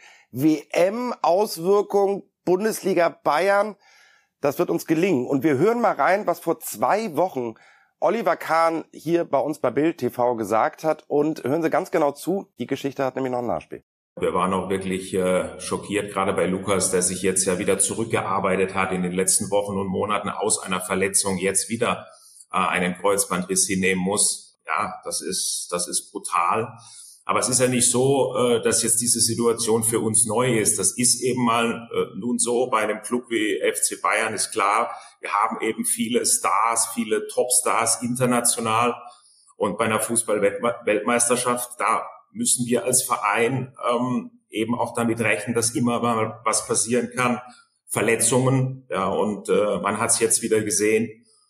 WM-Auswirkung, Bundesliga Bayern, das wird uns gelingen. Und wir hören mal rein, was vor 2 Wochen Oliver Kahn hier bei uns bei Bild TV gesagt hat. Und hören Sie ganz genau zu, die Geschichte hat nämlich noch ein Nachspiel. Wir waren auch wirklich schockiert, gerade bei Lukas, der sich jetzt ja wieder zurückgearbeitet hat in den letzten Wochen und Monaten aus einer Verletzung, jetzt wieder einen Kreuzbandriss hinnehmen muss. Ja, das ist brutal. Aber es ist ja nicht so, dass jetzt diese Situation für uns neu ist. Das ist eben mal nun so bei einem Club wie FC Bayern, ist klar. Wir haben eben viele Stars, viele Topstars international. Und bei einer Fußball-Weltmeisterschaft, da müssen wir als Verein eben auch damit rechnen, dass immer mal was passieren kann. Verletzungen, ja, und man hat es jetzt wieder gesehen.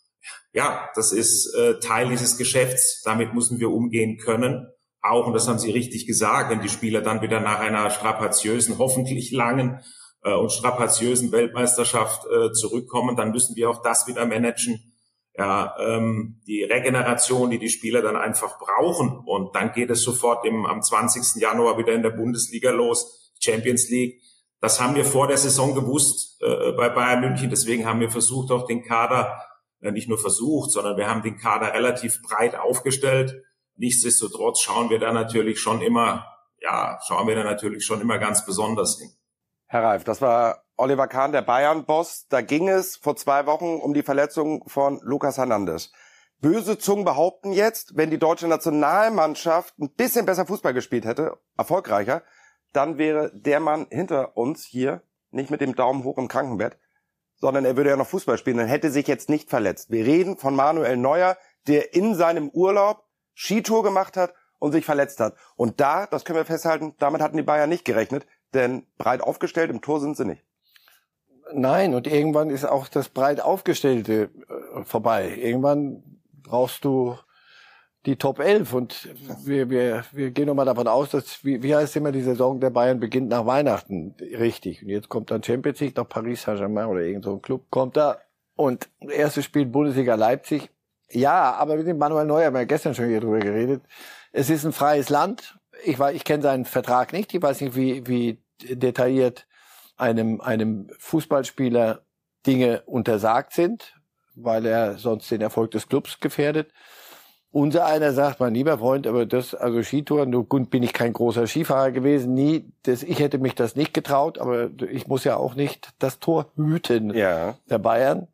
Ja, das ist Teil dieses Geschäfts. Damit müssen wir umgehen können. Auch, und das haben Sie richtig gesagt, wenn die Spieler dann wieder nach einer strapaziösen, hoffentlich langen und strapaziösen Weltmeisterschaft zurückkommen, dann müssen wir auch das wieder managen. Ja, die Regeneration, die Spieler dann einfach brauchen. Und dann geht es sofort am 20. Januar wieder in der Bundesliga los, Champions League. Das haben wir vor der Saison gewusst bei Bayern München. Deswegen haben wir versucht, auch den Kader nicht nur versucht, sondern wir haben den Kader relativ breit aufgestellt. Nichtsdestotrotz schauen wir da natürlich schon immer ganz besonders hin. Herr Reif, das war Oliver Kahn, der Bayern-Boss. Da ging es vor 2 Wochen um die Verletzung von Lucas Hernandez. Böse Zungen behaupten jetzt, wenn die deutsche Nationalmannschaft ein bisschen besser Fußball gespielt hätte, erfolgreicher, dann wäre der Mann hinter uns hier nicht mit dem Daumen hoch im Krankenbett, sondern er würde ja noch Fußball spielen und hätte sich jetzt nicht verletzt. Wir reden von Manuel Neuer, der in seinem Urlaub Skitour gemacht hat und sich verletzt hat. Und da, das können wir festhalten, damit hatten die Bayern nicht gerechnet, denn breit aufgestellt im Tor sind sie nicht. Nein, und irgendwann ist auch das breit Aufgestellte vorbei. Irgendwann brauchst du die Top 11 und wir gehen nochmal davon aus, dass, wie heißt immer, die Saison der Bayern beginnt nach Weihnachten, richtig. Und jetzt kommt dann Champions League, nach Paris Saint-Germain oder irgend so ein Club, kommt da und erstes Spiel Bundesliga Leipzig. Ja, aber mit dem Manuel Neuer haben wir gestern schon hier drüber geredet. Es ist ein freies Land. Ich kenne seinen Vertrag nicht. Ich weiß nicht, wie detailliert einem Fußballspieler Dinge untersagt sind, weil er sonst den Erfolg des Clubs gefährdet. Unser einer sagt, mein lieber Freund, aber also Skitouren, nur gut, bin ich kein großer Skifahrer gewesen, nie. Ich hätte mich das nicht getraut, aber ich muss ja auch nicht das Tor hüten der Bayern.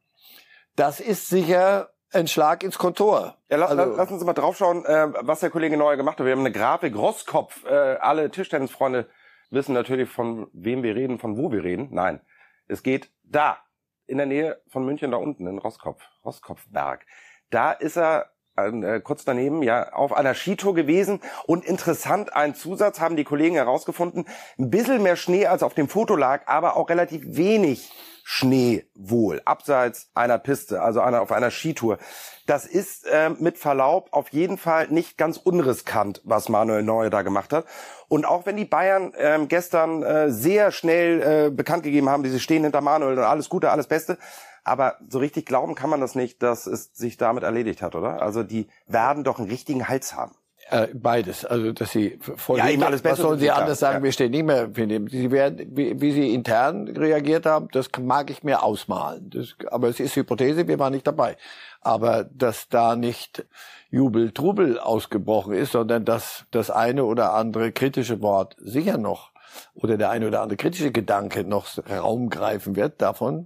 Das ist sicher ein Schlag ins Kontor. Ja, lass uns mal draufschauen, was der Kollege Neuer gemacht hat. Wir haben eine Grafik, Rosskopf. Alle Tischtennisfreunde wissen natürlich, von wem wir reden, von wo wir reden. Nein, es geht da, in der Nähe von München, da unten, in Roskopfberg. Da ist er kurz daneben, ja, auf einer Skitour gewesen. Und interessant, ein Zusatz haben die Kollegen herausgefunden, ein bisschen mehr Schnee als auf dem Foto lag, aber auch relativ wenig Schnee wohl, abseits einer Piste, also auf einer Skitour. Das ist mit Verlaub auf jeden Fall nicht ganz unriskant, was Manuel Neuer da gemacht hat. Und auch wenn die Bayern gestern sehr schnell bekannt gegeben haben, sie stehen hinter Manuel und alles Gute, alles Beste, aber so richtig glauben kann man das nicht, dass es sich damit erledigt hat, oder? Also die werden doch einen richtigen Hals haben. Beides, also dass sie voll ihm alles was sollen sie anders sagen, ja. Wir stehen nicht mehr für dem. Sie werden, wie sie intern reagiert haben, das mag ich mir ausmalen. Aber es ist Hypothese, wir waren nicht dabei. Aber dass da nicht Jubel, Trubel ausgebrochen ist, sondern dass das eine oder andere kritische Wort sicher noch oder der eine oder andere kritische Gedanke noch Raum greifen wird, davon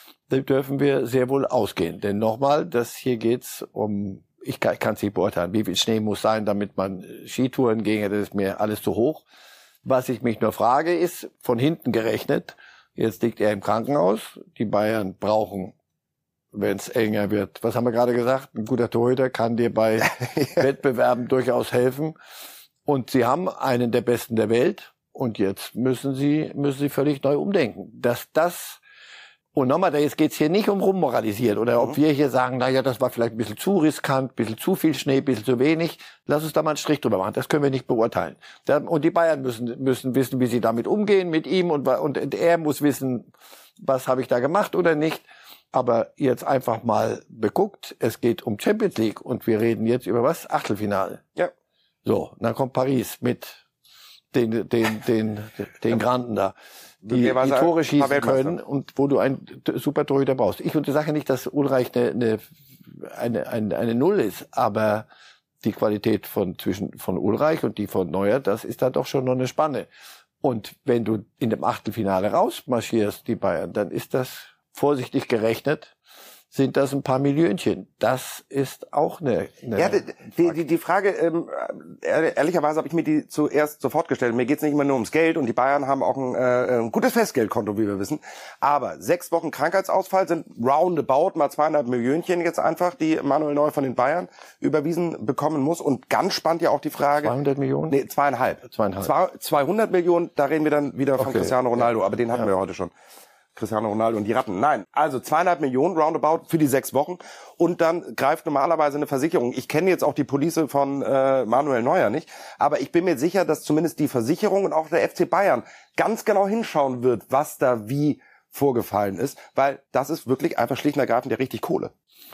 dürfen wir sehr wohl ausgehen. Denn nochmal, hier geht's um, ich kann es nicht beurteilen, wie viel Schnee muss sein, damit man Skitouren ginge, das ist mir alles zu hoch. Was ich mich nur frage, ist, von hinten gerechnet, jetzt liegt er im Krankenhaus, die Bayern brauchen, wenn es enger wird, was haben wir gerade gesagt, ein guter Torhüter kann dir bei Wettbewerben durchaus helfen. Und sie haben einen der Besten der Welt und jetzt müssen sie völlig neu umdenken. Und nochmal, jetzt geht's hier nicht um rummoralisieren oder ob wir hier sagen, naja, das war vielleicht ein bisschen zu riskant, ein bisschen zu viel Schnee, ein bisschen zu wenig. Lass uns da mal einen Strich drüber machen. Das können wir nicht beurteilen. Und die Bayern müssen wissen, wie sie damit umgehen mit ihm und er muss wissen, was habe ich da gemacht oder nicht. Aber jetzt einfach mal beguckt, es geht um Champions League und wir reden jetzt über was? Achtelfinale. Ja. So, dann kommt Paris mit den Granden da. Die Tore schießen können und wo du einen super Torhüter brauchst. Ich sage nicht, dass Ulreich eine Null ist, aber die Qualität von Ulreich und die von Neuer, das ist da doch schon noch eine Spanne. Und wenn du in dem Achtelfinale rausmarschierst, die Bayern, dann ist das vorsichtig gerechnet, sind das ein paar Millionchen. Das ist auch eine ja, die Frage, ehrlicherweise habe ich mir die zuerst sofort gestellt. Mir geht's nicht immer nur ums Geld und die Bayern haben auch ein gutes Festgeldkonto, wie wir wissen. Aber 6 Wochen Krankheitsausfall sind roundabout mal 2,5 Millionchen jetzt einfach, die Manuel Neuer von den Bayern überwiesen bekommen muss. Und ganz spannend ja auch die Frage... 200 Millionen? Nee, 2,5. 200 Millionen, da reden wir dann wieder von Cristiano Ronaldo, aber den hatten wir ja heute schon. Cristiano Ronaldo und die Ratten. Nein, also 2,5 Millionen roundabout für die 6 Wochen und dann greift normalerweise eine Versicherung. Ich kenne jetzt auch die Police von Manuel Neuer nicht, aber ich bin mir sicher, dass zumindest die Versicherung und auch der FC Bayern ganz genau hinschauen wird, was da wie vorgefallen ist, weil das ist wirklich einfach schlicht und ergreifend der richtig Kohle.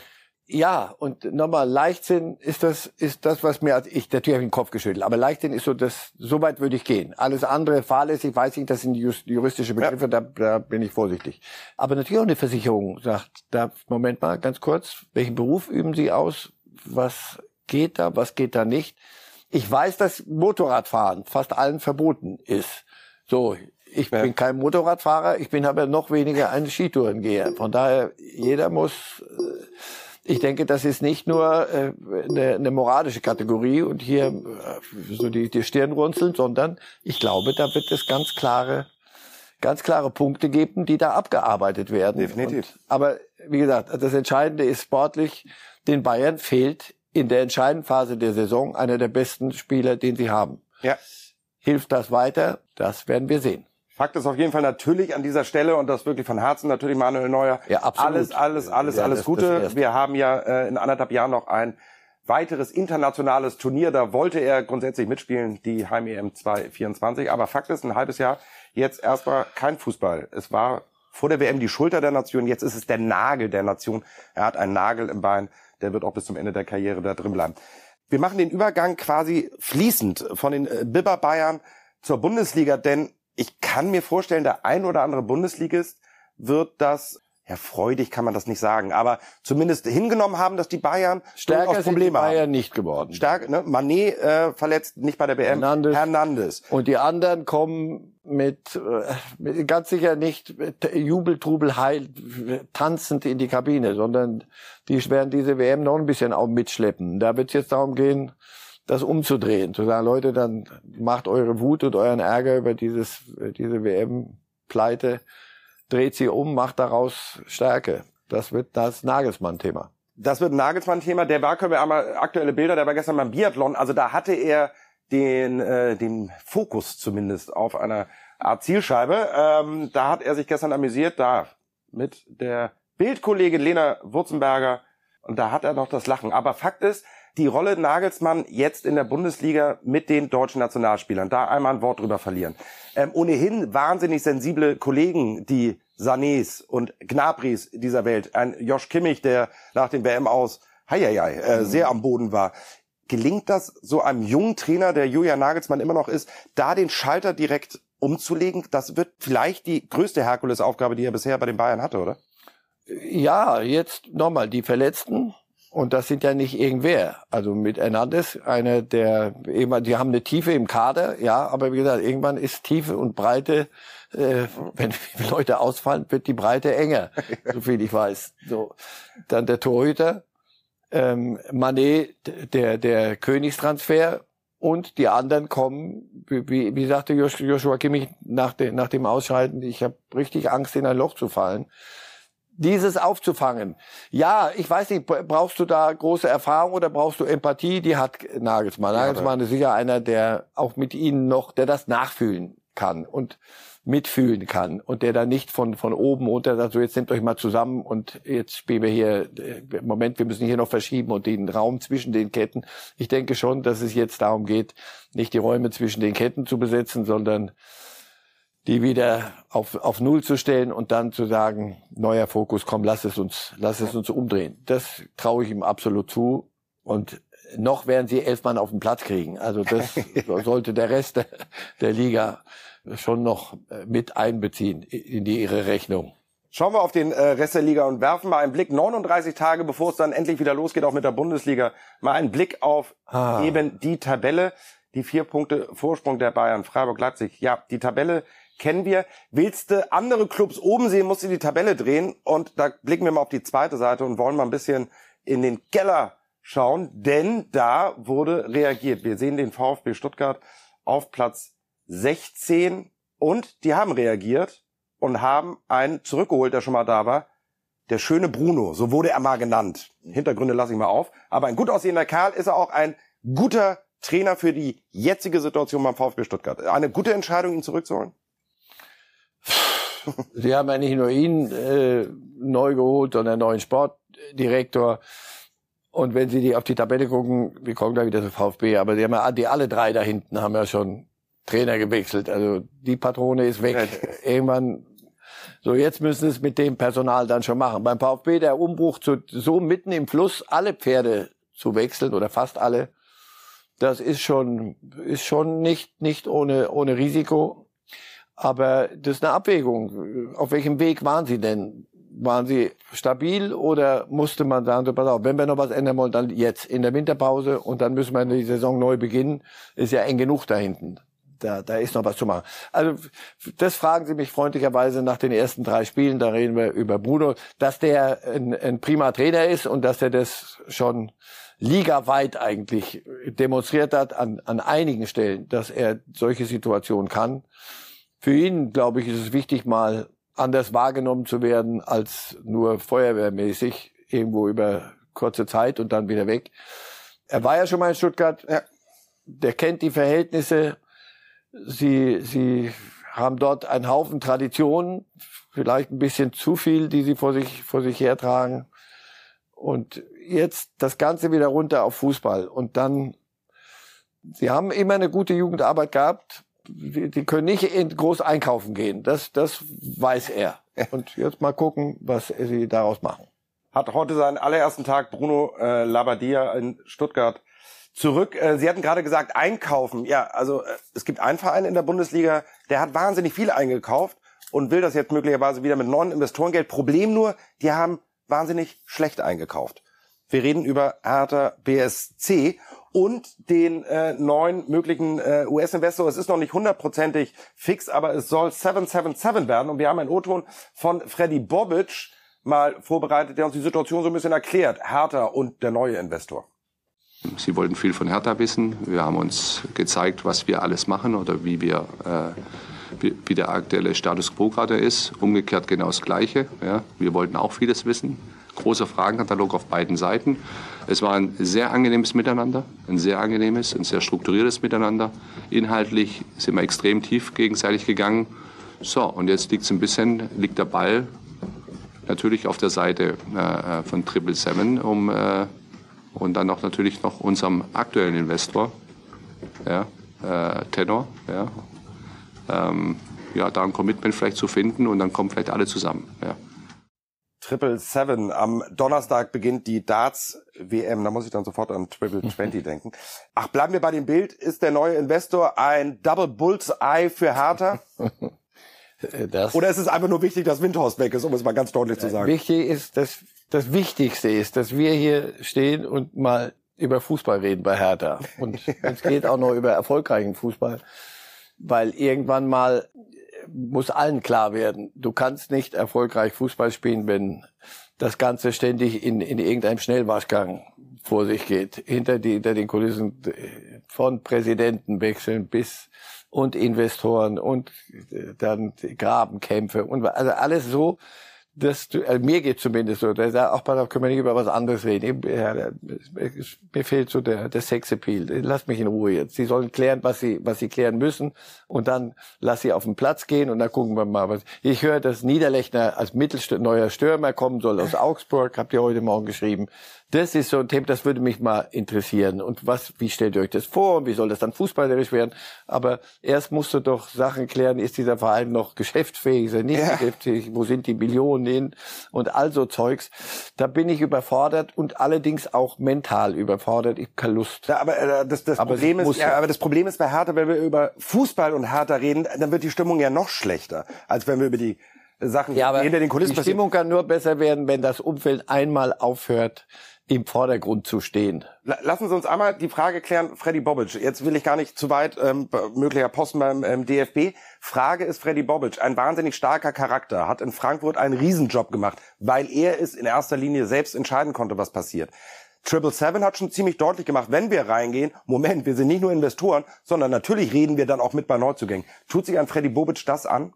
Ja, und nochmal, Leichtsinn ist das, was mir, natürlich habe ich den Kopf geschüttelt, aber Leichtsinn ist so weit würde ich gehen. Alles andere, fahrlässig, weiß ich, das sind juristische Begriffe, da bin ich vorsichtig. Aber natürlich auch eine Versicherung sagt, Moment mal, ganz kurz, welchen Beruf üben Sie aus? Was geht da nicht? Ich weiß, dass Motorradfahren fast allen verboten ist. So, ich bin kein Motorradfahrer, ich bin aber noch weniger ein Skitourengeher. Von daher, jeder muss, ich denke, das ist nicht nur eine moralische Kategorie und hier so die Stirn runzeln, sondern ich glaube, da wird es ganz klare Punkte geben, die da abgearbeitet werden. Definitiv. Aber wie gesagt, das Entscheidende ist sportlich, den Bayern fehlt in der entscheidenden Phase der Saison einer der besten Spieler, den sie haben. Ja. Hilft das weiter? Das werden wir sehen. Fakt ist auf jeden Fall natürlich an dieser Stelle und das wirklich von Herzen natürlich Manuel Neuer. Ja, absolut. Alles Gute. Wir haben ja in 1,5 Jahren noch ein weiteres internationales Turnier. Da wollte er grundsätzlich mitspielen, die Heim-EM 2024. Aber Fakt ist, ein halbes Jahr jetzt erstmal kein Fußball. Es war vor der WM die Schulter der Nation, jetzt ist es der Nagel der Nation. Er hat einen Nagel im Bein, der wird auch bis zum Ende der Karriere da drin bleiben. Wir machen den Übergang quasi fließend von den Bibber Bayern zur Bundesliga, denn ich kann mir vorstellen, der ein oder andere Bundesligist wird das, ja, freudig kann man das nicht sagen, aber zumindest hingenommen haben, dass die Bayern stärker sind die Bayern haben. nicht geworden. Stark, ne? Mané verletzt, nicht bei der WM. Hernandez. Und die anderen kommen mit ganz sicher nicht mit Jubeltrubel heil tanzend in die Kabine, sondern die werden diese WM noch ein bisschen auch mitschleppen. Da wird es jetzt darum gehen, das umzudrehen, zu sagen, Leute, dann macht eure Wut und euren Ärger über diese WM-Pleite, dreht sie um, macht daraus Stärke. Das wird das Nagelsmann-Thema. Das wird ein Nagelsmann-Thema. Der war, können wir einmal aktuelle Bilder, der war gestern beim Biathlon. Also da hatte er den Fokus zumindest auf einer Art Zielscheibe. Da hat er sich gestern amüsiert, da mit der Bildkollegin Lena Wurzenberger. Und da hat er noch das Lachen. Aber Fakt ist, die Rolle Nagelsmann jetzt in der Bundesliga mit den deutschen Nationalspielern, da einmal ein Wort drüber verlieren. Ohnehin wahnsinnig sensible Kollegen, die Sanés und Gnabrys dieser Welt, ein Josh Kimmich, der nach dem WM aus sehr am Boden war. Gelingt das so einem jungen Trainer, der Julian Nagelsmann immer noch ist, da den Schalter direkt umzulegen? Das wird vielleicht die größte Herkulesaufgabe, die er bisher bei den Bayern hatte, oder? Ja, jetzt nochmal die Verletzten. Und das sind ja nicht irgendwer. Also mit Hernandez, einer der, die haben eine Tiefe im Kader, ja, aber wie gesagt, irgendwann ist Tiefe und Breite, wenn Leute ausfallen, wird die Breite enger, so viel ich weiß. So. Dann der Torhüter, Mané, der Königstransfer und die anderen kommen, wie sagte Joshua Kimmich nach dem Ausscheiden, ich habe richtig Angst, in ein Loch zu fallen. Dieses aufzufangen. Ja, ich weiß nicht, brauchst du da große Erfahrung oder brauchst du Empathie? Die hat Nagelsmann. Nagelsmann ist sicher einer, der auch mit ihnen noch, der das nachfühlen kann und mitfühlen kann und der da nicht von oben runter sagt, so jetzt nehmt euch mal zusammen und jetzt spielen wir hier, Moment, wir müssen hier noch verschieben und den Raum zwischen den Ketten. Ich denke schon, dass es jetzt darum geht, nicht die Räume zwischen den Ketten zu besetzen, sondern die wieder auf Null zu stellen und dann zu sagen, neuer Fokus, komm, lass es uns umdrehen. Das traue ich ihm absolut zu. Und noch werden sie 11 Mann auf den Platz kriegen. Also das sollte der Rest der Liga schon noch mit einbeziehen in ihre Rechnung. Schauen wir auf den Rest der Liga und werfen mal einen Blick 39 Tage, bevor es dann endlich wieder losgeht, auch mit der Bundesliga, mal einen Blick auf eben die Tabelle. Die 4 Punkte Vorsprung der Bayern, Freiburg, Leipzig. Ja, die Tabelle kennen wir. Willst du andere Clubs oben sehen, musst du die Tabelle drehen. Und da blicken wir mal auf die zweite Seite und wollen mal ein bisschen in den Keller schauen, denn da wurde reagiert. Wir sehen den VfB Stuttgart auf Platz 16 und die haben reagiert und haben einen zurückgeholt, der schon mal da war. Der schöne Bruno, so wurde er mal genannt. Hintergründe lasse ich mal auf. Aber ein gut aussehender Kerl, ist er auch ein guter Trainer für die jetzige Situation beim VfB Stuttgart. Eine gute Entscheidung, ihn zurückzuholen? Sie haben ja nicht nur ihn neu geholt, sondern einen neuen Sportdirektor. Und wenn Sie auf die Tabelle gucken, wir kommen da wieder zu VfB, aber die alle 3 da hinten haben ja schon Trainer gewechselt. Also die Patrone ist weg. Irgendwann So, jetzt müssen sie es mit dem Personal dann schon machen. Beim VfB der Umbruch so mitten im Fluss alle Pferde zu wechseln oder fast alle, das ist schon nicht ohne Risiko. Aber das ist eine Abwägung. Auf welchem Weg waren Sie denn? Waren Sie stabil oder musste man sagen, so, pass auf, wenn wir noch was ändern wollen, dann jetzt in der Winterpause und dann müssen wir die Saison neu beginnen. Ist ja eng genug da hinten. Da ist noch was zu machen. Also das fragen Sie mich freundlicherweise nach den ersten 3 Spielen. Da reden wir über Bruno, dass der ein prima Trainer ist und dass er das schon ligaweit eigentlich demonstriert hat an einigen Stellen, dass er solche Situationen kann. Für ihn, glaube ich, ist es wichtig, mal anders wahrgenommen zu werden als nur feuerwehrmäßig irgendwo über kurze Zeit und dann wieder weg. Er war ja schon mal in Stuttgart. Ja. Der kennt die Verhältnisse. Sie haben dort einen Haufen Traditionen, vielleicht ein bisschen zu viel, die sie vor sich hertragen. Und jetzt das Ganze wieder runter auf Fußball. Und dann, sie haben immer eine gute Jugendarbeit gehabt. Die können nicht groß einkaufen gehen. Das weiß er. Und jetzt mal gucken, was sie daraus machen. Hat heute seinen allerersten Tag Bruno Labbadia in Stuttgart zurück. Sie hatten gerade gesagt, einkaufen. Ja, also es gibt einen Verein in der Bundesliga, der hat wahnsinnig viel eingekauft und will das jetzt möglicherweise wieder mit neuen Investorengeld. Problem nur, die haben wahnsinnig schlecht eingekauft. Wir reden über Hertha BSC und den neuen möglichen US-Investor. Es ist noch nicht 100%ig fix, aber es soll 777 werden. Und wir haben einen O-Ton von Freddy Bobic mal vorbereitet, der uns die Situation so ein bisschen erklärt. Hertha und der neue Investor. Sie wollten viel von Hertha wissen. Wir haben uns gezeigt, was wir alles machen oder wie der aktuelle Status quo gerade ist. Umgekehrt genau das Gleiche. Ja. Wir wollten auch vieles wissen. Großer Fragenkatalog auf beiden Seiten. Es war ein sehr angenehmes Miteinander, ein sehr strukturiertes Miteinander. Inhaltlich sind wir extrem tief gegenseitig gegangen. So, und jetzt liegt der Ball natürlich auf der Seite von 777 und dann auch natürlich noch unserem aktuellen Investor, ja, Tenor, ja, da ein Commitment vielleicht zu finden und dann kommen vielleicht alle zusammen, ja. 777. Am Donnerstag beginnt die Darts-WM. Da muss ich dann sofort an Triple 20 denken. Ach, bleiben wir bei dem Bild. Ist der neue Investor ein Double Bullseye für Hertha? Oder ist es einfach nur wichtig, dass Windhorst weg ist, um es mal ganz deutlich zu sagen? Wichtig ist, das Wichtigste ist, dass wir hier stehen und mal über Fußball reden bei Hertha. Und es geht auch noch über erfolgreichen Fußball. Weil irgendwann mal muss allen klar werden, du kannst nicht erfolgreich Fußball spielen, wenn das Ganze ständig in irgendeinem Schnellwaschgang vor sich geht. Hinter den Kulissen von Präsidentenwechseln bis und Investoren und dann Grabenkämpfe und also alles so, mir geht zumindest so, da sagt, ach, pass auf, können wir nicht über was anderes reden. Ja, mir fehlt so der Sexappeal. Lasst mich in Ruhe jetzt. Sie sollen klären, was sie klären müssen und dann lass sie auf den Platz gehen und dann gucken wir mal, was. Ich höre, dass Niederlechner als neuer Stürmer kommen soll aus Augsburg, habt ihr heute Morgen geschrieben. Das ist so ein Thema, das würde mich mal interessieren. Und wie stellt ihr euch das vor? Und wie soll das dann fußballerisch werden? Aber erst musst du doch Sachen klären, ist dieser Verein noch geschäftsfähig, ist er nicht geschäftsfähig, wo sind die Millionen hin? Und all so Zeugs. Da bin ich überfordert und allerdings auch mental überfordert. Ich habe keine Lust. Ja, aber das Problem ist bei Hertha, wenn wir über Fußball und Hertha reden, dann wird die Stimmung ja noch schlechter, als wenn wir über die Sachen hinter den Kulissen passieren. Die Stimmung kann nur besser werden, wenn das Umfeld einmal aufhört, im Vordergrund zu stehen. Lassen Sie uns einmal die Frage klären, Freddy Bobic. Jetzt will ich gar nicht zu weit, möglicher Posten beim DFB. Frage ist, Freddy Bobic, ein wahnsinnig starker Charakter, hat in Frankfurt einen Riesenjob gemacht, weil er es in erster Linie selbst entscheiden konnte, was passiert. 777 hat schon ziemlich deutlich gemacht, wenn wir reingehen, Moment, wir sind nicht nur Investoren, sondern natürlich reden wir dann auch mit bei Neuzugängen. Tut sich an Freddy Bobic das an?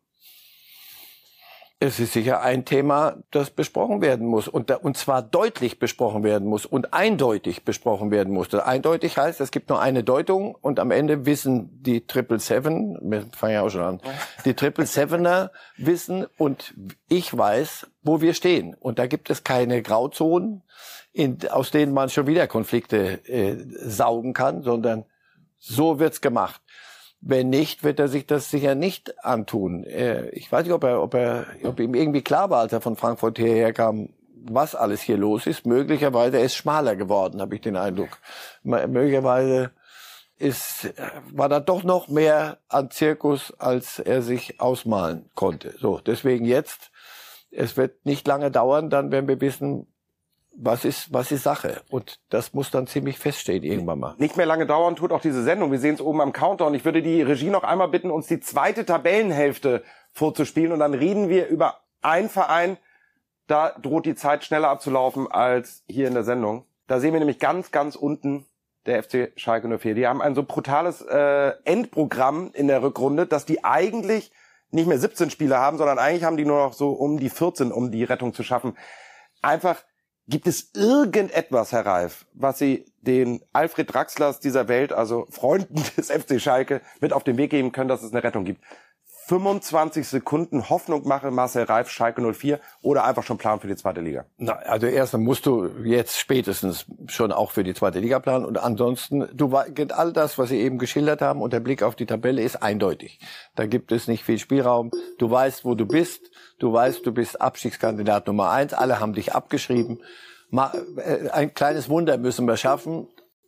Es ist sicher ein Thema, das besprochen werden muss und zwar deutlich besprochen werden muss und eindeutig besprochen werden muss. Eindeutig heißt, es gibt nur eine Deutung und am Ende wissen die 777, wir fangen ja auch schon an, die 777er wissen und ich weiß, wo wir stehen. Und da gibt es keine Grauzonen, aus denen man schon wieder Konflikte saugen kann, sondern so wird's gemacht. Wenn nicht, wird er sich das sicher nicht antun. Ich weiß nicht, ob ihm irgendwie klar war, als er von Frankfurt hierher kam, was alles hier los ist. Möglicherweise ist es schmaler geworden, habe ich den Eindruck. Möglicherweise war da doch noch mehr an Zirkus, als er sich ausmalen konnte. So, deswegen jetzt, es wird nicht lange dauern, dann werden wir wissen, was ist Sache. Und das muss dann ziemlich feststehen irgendwann mal. Nicht mehr lange dauern tut auch diese Sendung. Wir sehen es oben am Countdown. Ich würde die Regie noch einmal bitten, uns die zweite Tabellenhälfte vorzuspielen. Und dann reden wir über einen Verein, da droht die Zeit schneller abzulaufen als hier in der Sendung. Da sehen wir nämlich ganz, ganz unten der FC Schalke 04. Die haben ein so brutales Endprogramm in der Rückrunde, dass die eigentlich nicht mehr 17 Spiele haben, sondern eigentlich haben die nur noch so um die 14, um die Rettung zu schaffen. Einfach, gibt es irgendetwas, Herr Reif, was Sie den Alfred Draxlers dieser Welt, also Freunden des FC Schalke, mit auf den Weg geben können, dass es eine Rettung gibt? 25 Sekunden Hoffnung mache, Marcel Reif, Schalke 04, oder einfach schon planen für die zweite Liga? Na, also erstens musst du jetzt spätestens schon auch für die zweite Liga planen, und ansonsten, all das, was Sie eben geschildert haben, und der Blick auf die Tabelle ist eindeutig. Da gibt es nicht viel Spielraum. Du weißt, wo du bist. Du weißt, du bist Abstiegskandidat Nummer 1. Alle haben dich abgeschrieben. Ein kleines Wunder müssen wir schaffen.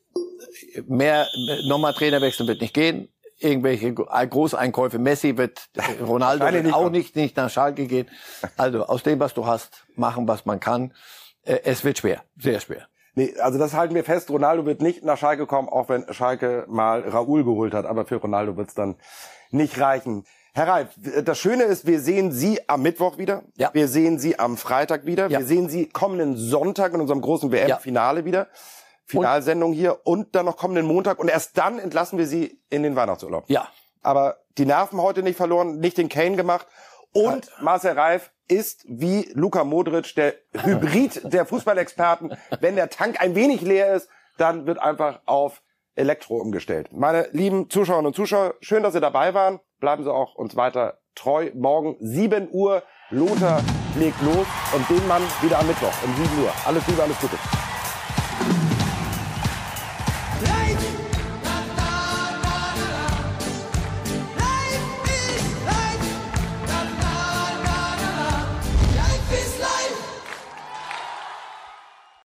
Nochmal Trainerwechsel wird nicht gehen. Irgendwelche Großeinkäufe. Ronaldo wird auch nicht nach Schalke gehen. Also aus dem, was du hast, machen, was man kann. Es wird schwer, sehr schwer. Nee, also das halten wir fest. Ronaldo wird nicht nach Schalke kommen, auch wenn Schalke mal Raúl geholt hat. Aber für Ronaldo wird es dann nicht reichen. Herr Reif, das Schöne ist, wir sehen Sie am Mittwoch wieder. Ja. Wir sehen Sie am Freitag wieder. Ja. Wir sehen Sie kommenden Sonntag in unserem großen WM-Finale wieder. Finalsendung hier, und dann noch kommenden Montag, und erst dann entlassen wir Sie in den Weihnachtsurlaub. Ja. Aber die Nerven heute nicht verloren, nicht den Kane gemacht, und Marcel Reif ist wie Luka Modric der Hybrid der Fußballexperten. Wenn der Tank ein wenig leer ist, dann wird einfach auf Elektro umgestellt. Meine lieben Zuschauerinnen und Zuschauer, schön, dass Sie dabei waren. Bleiben Sie auch uns weiter treu. Morgen 7 Uhr, Lothar legt los, und den Mann wieder am Mittwoch um 7 Uhr. Alles Liebe, alles Gute.